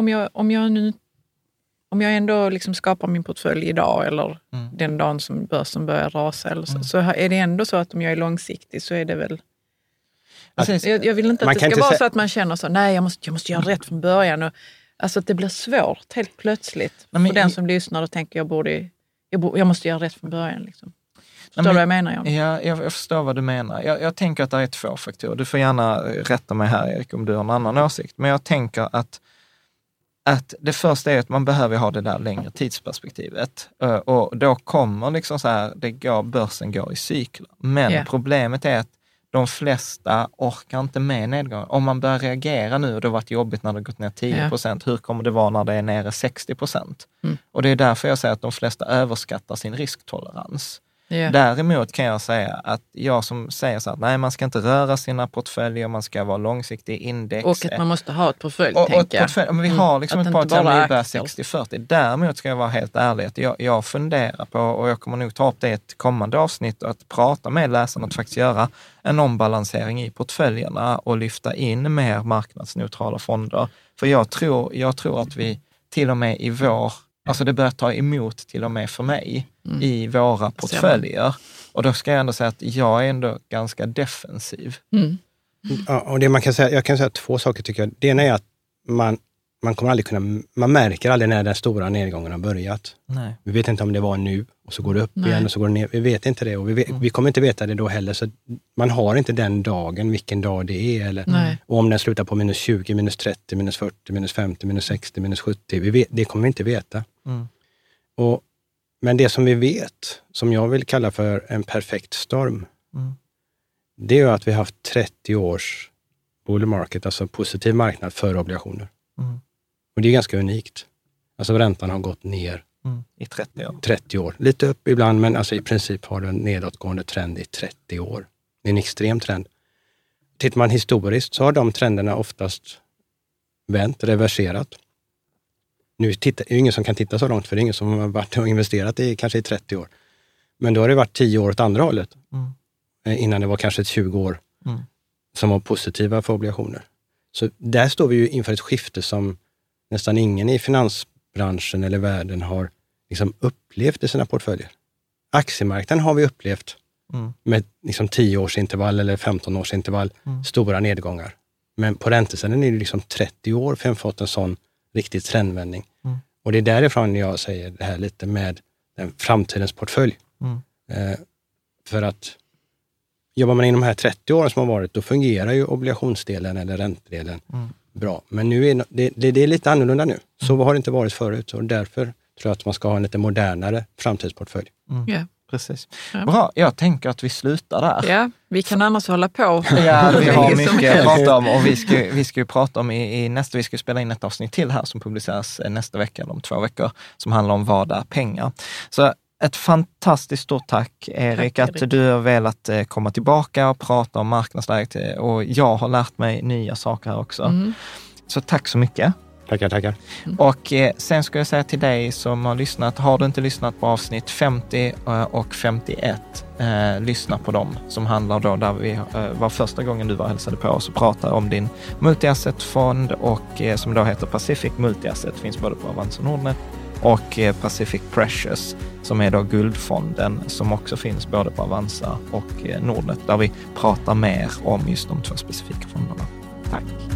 om jag ändå liksom skapar min portfölj idag eller den dagen som börsen börjar rasa eller så är det ändå så att om jag är långsiktig så är det väl... Jag vill inte att det ska vara så att man känner så, nej, jag måste göra rätt från början. Och, alltså att det blir svårt helt plötsligt. För den som lyssnar och tänker jag måste göra rätt från början. Liksom. Förstår du vad jag menar? Jan? Ja, jag förstår vad du menar. Jag tänker att det är 2 faktorer. Du får gärna rätta mig här, Erik, om du har en annan åsikt. Men jag tänker att det första är att man behöver ha det där längre tidsperspektivet. Och då kommer liksom så här, börsen går i cykler. Men problemet är att de flesta orkar inte med nedgången. Om man börjar reagera nu, och det har varit jobbigt när det gått ner 10%, hur kommer det vara när det är nere 60%? Och det är därför jag säger att de flesta överskattar sin risktolerans. Däremot kan jag säga att jag som säger så att nej, man ska inte röra sina portföljer, man ska vara långsiktig index. Och att man måste ha ett portföljtänk. Men vi har liksom ett par terminer 60-40. Däremot ska jag vara helt ärlig att jag funderar på, och jag kommer nog ta upp det i ett kommande avsnitt, att prata med läsarna att faktiskt göra en ombalansering i portföljerna och lyfta in mer marknadsneutrala fonder. För jag tror att vi till och med i alltså det börjar ta emot till och med för mig i våra portföljer. Och då ska jag ändå säga att jag är ändå ganska defensiv. Ja, och det jag kan säga 2 saker tycker jag. Det ena är att man kommer aldrig man märker aldrig när den stora nedgången har börjat. Nej. Vi vet inte om det var nu och så går det upp igen och så går det ner. Vi vet inte det och vi kommer inte veta det då heller. Så man har inte den dagen, vilken dag det är. Eller, och om den slutar på minus 20, minus 30, minus 40, minus 50, minus 60, minus 70. Det kommer vi inte veta. Men det som vi vet, som jag vill kalla för en perfekt storm, det är att vi har haft 30 års bull market, alltså positiv marknad för obligationer. Och det är ganska unikt. Alltså räntan har gått ner i 30 år. Lite upp ibland, men alltså i princip har det en nedåtgående trend i 30 år. Det är en extrem trend. Tittar man historiskt så har de trenderna oftast vänt, reverserat. Nu är det ingen som kan titta så långt, för det är ingen som har varit och investerat i kanske i 30 år. Men då har det varit 10 år åt andra hållet. Innan det var kanske 20 år som var positiva för obligationer. Så där står vi ju inför ett skifte som nästan ingen i finansbranschen eller världen har liksom upplevt i sina portföljer. Aktiemarknaden har vi upplevt med liksom 10 års intervall eller 15 års intervall, stora nedgångar. Men på räntesidan är det liksom 30 år för att fått en sån riktig trendvändning. Och det är därifrån jag säger det här lite med den framtidens portfölj. För att jobbar man inom de här 30 åren som har varit, då fungerar ju obligationsdelen eller räntedelen bra. Men nu är det är lite annorlunda nu. Så har det inte varit förut. Och därför tror jag att man ska ha en lite modernare framtidsportfölj. Precis. Bra, jag tänker att vi slutar där. Ja, vi kan annars hålla på. Ja, vi har mycket att prata om och vi ska ju prata om vi ska spela in ett avsnitt till här som publiceras nästa vecka eller om 2 veckor som handlar om vad är pengar. Så ett fantastiskt stort tack, Erik, att du har velat komma tillbaka och prata om marknadsläget och jag har lärt mig nya saker här också. Så tack så mycket. Tackar. Och sen ska jag säga till dig som har lyssnat, har du inte lyssnat på avsnitt 50 och 51, lyssna på dem som handlar då där vi var första gången du var hälsade på oss och pratade om din multi-asset-fond och som då heter Pacific Multi-asset, finns både på Avanza och Nordnet, och Pacific Precious som är då guldfonden som också finns både på Avanza och Nordnet, där vi pratar mer om just de 2 specifika fonderna. Tack!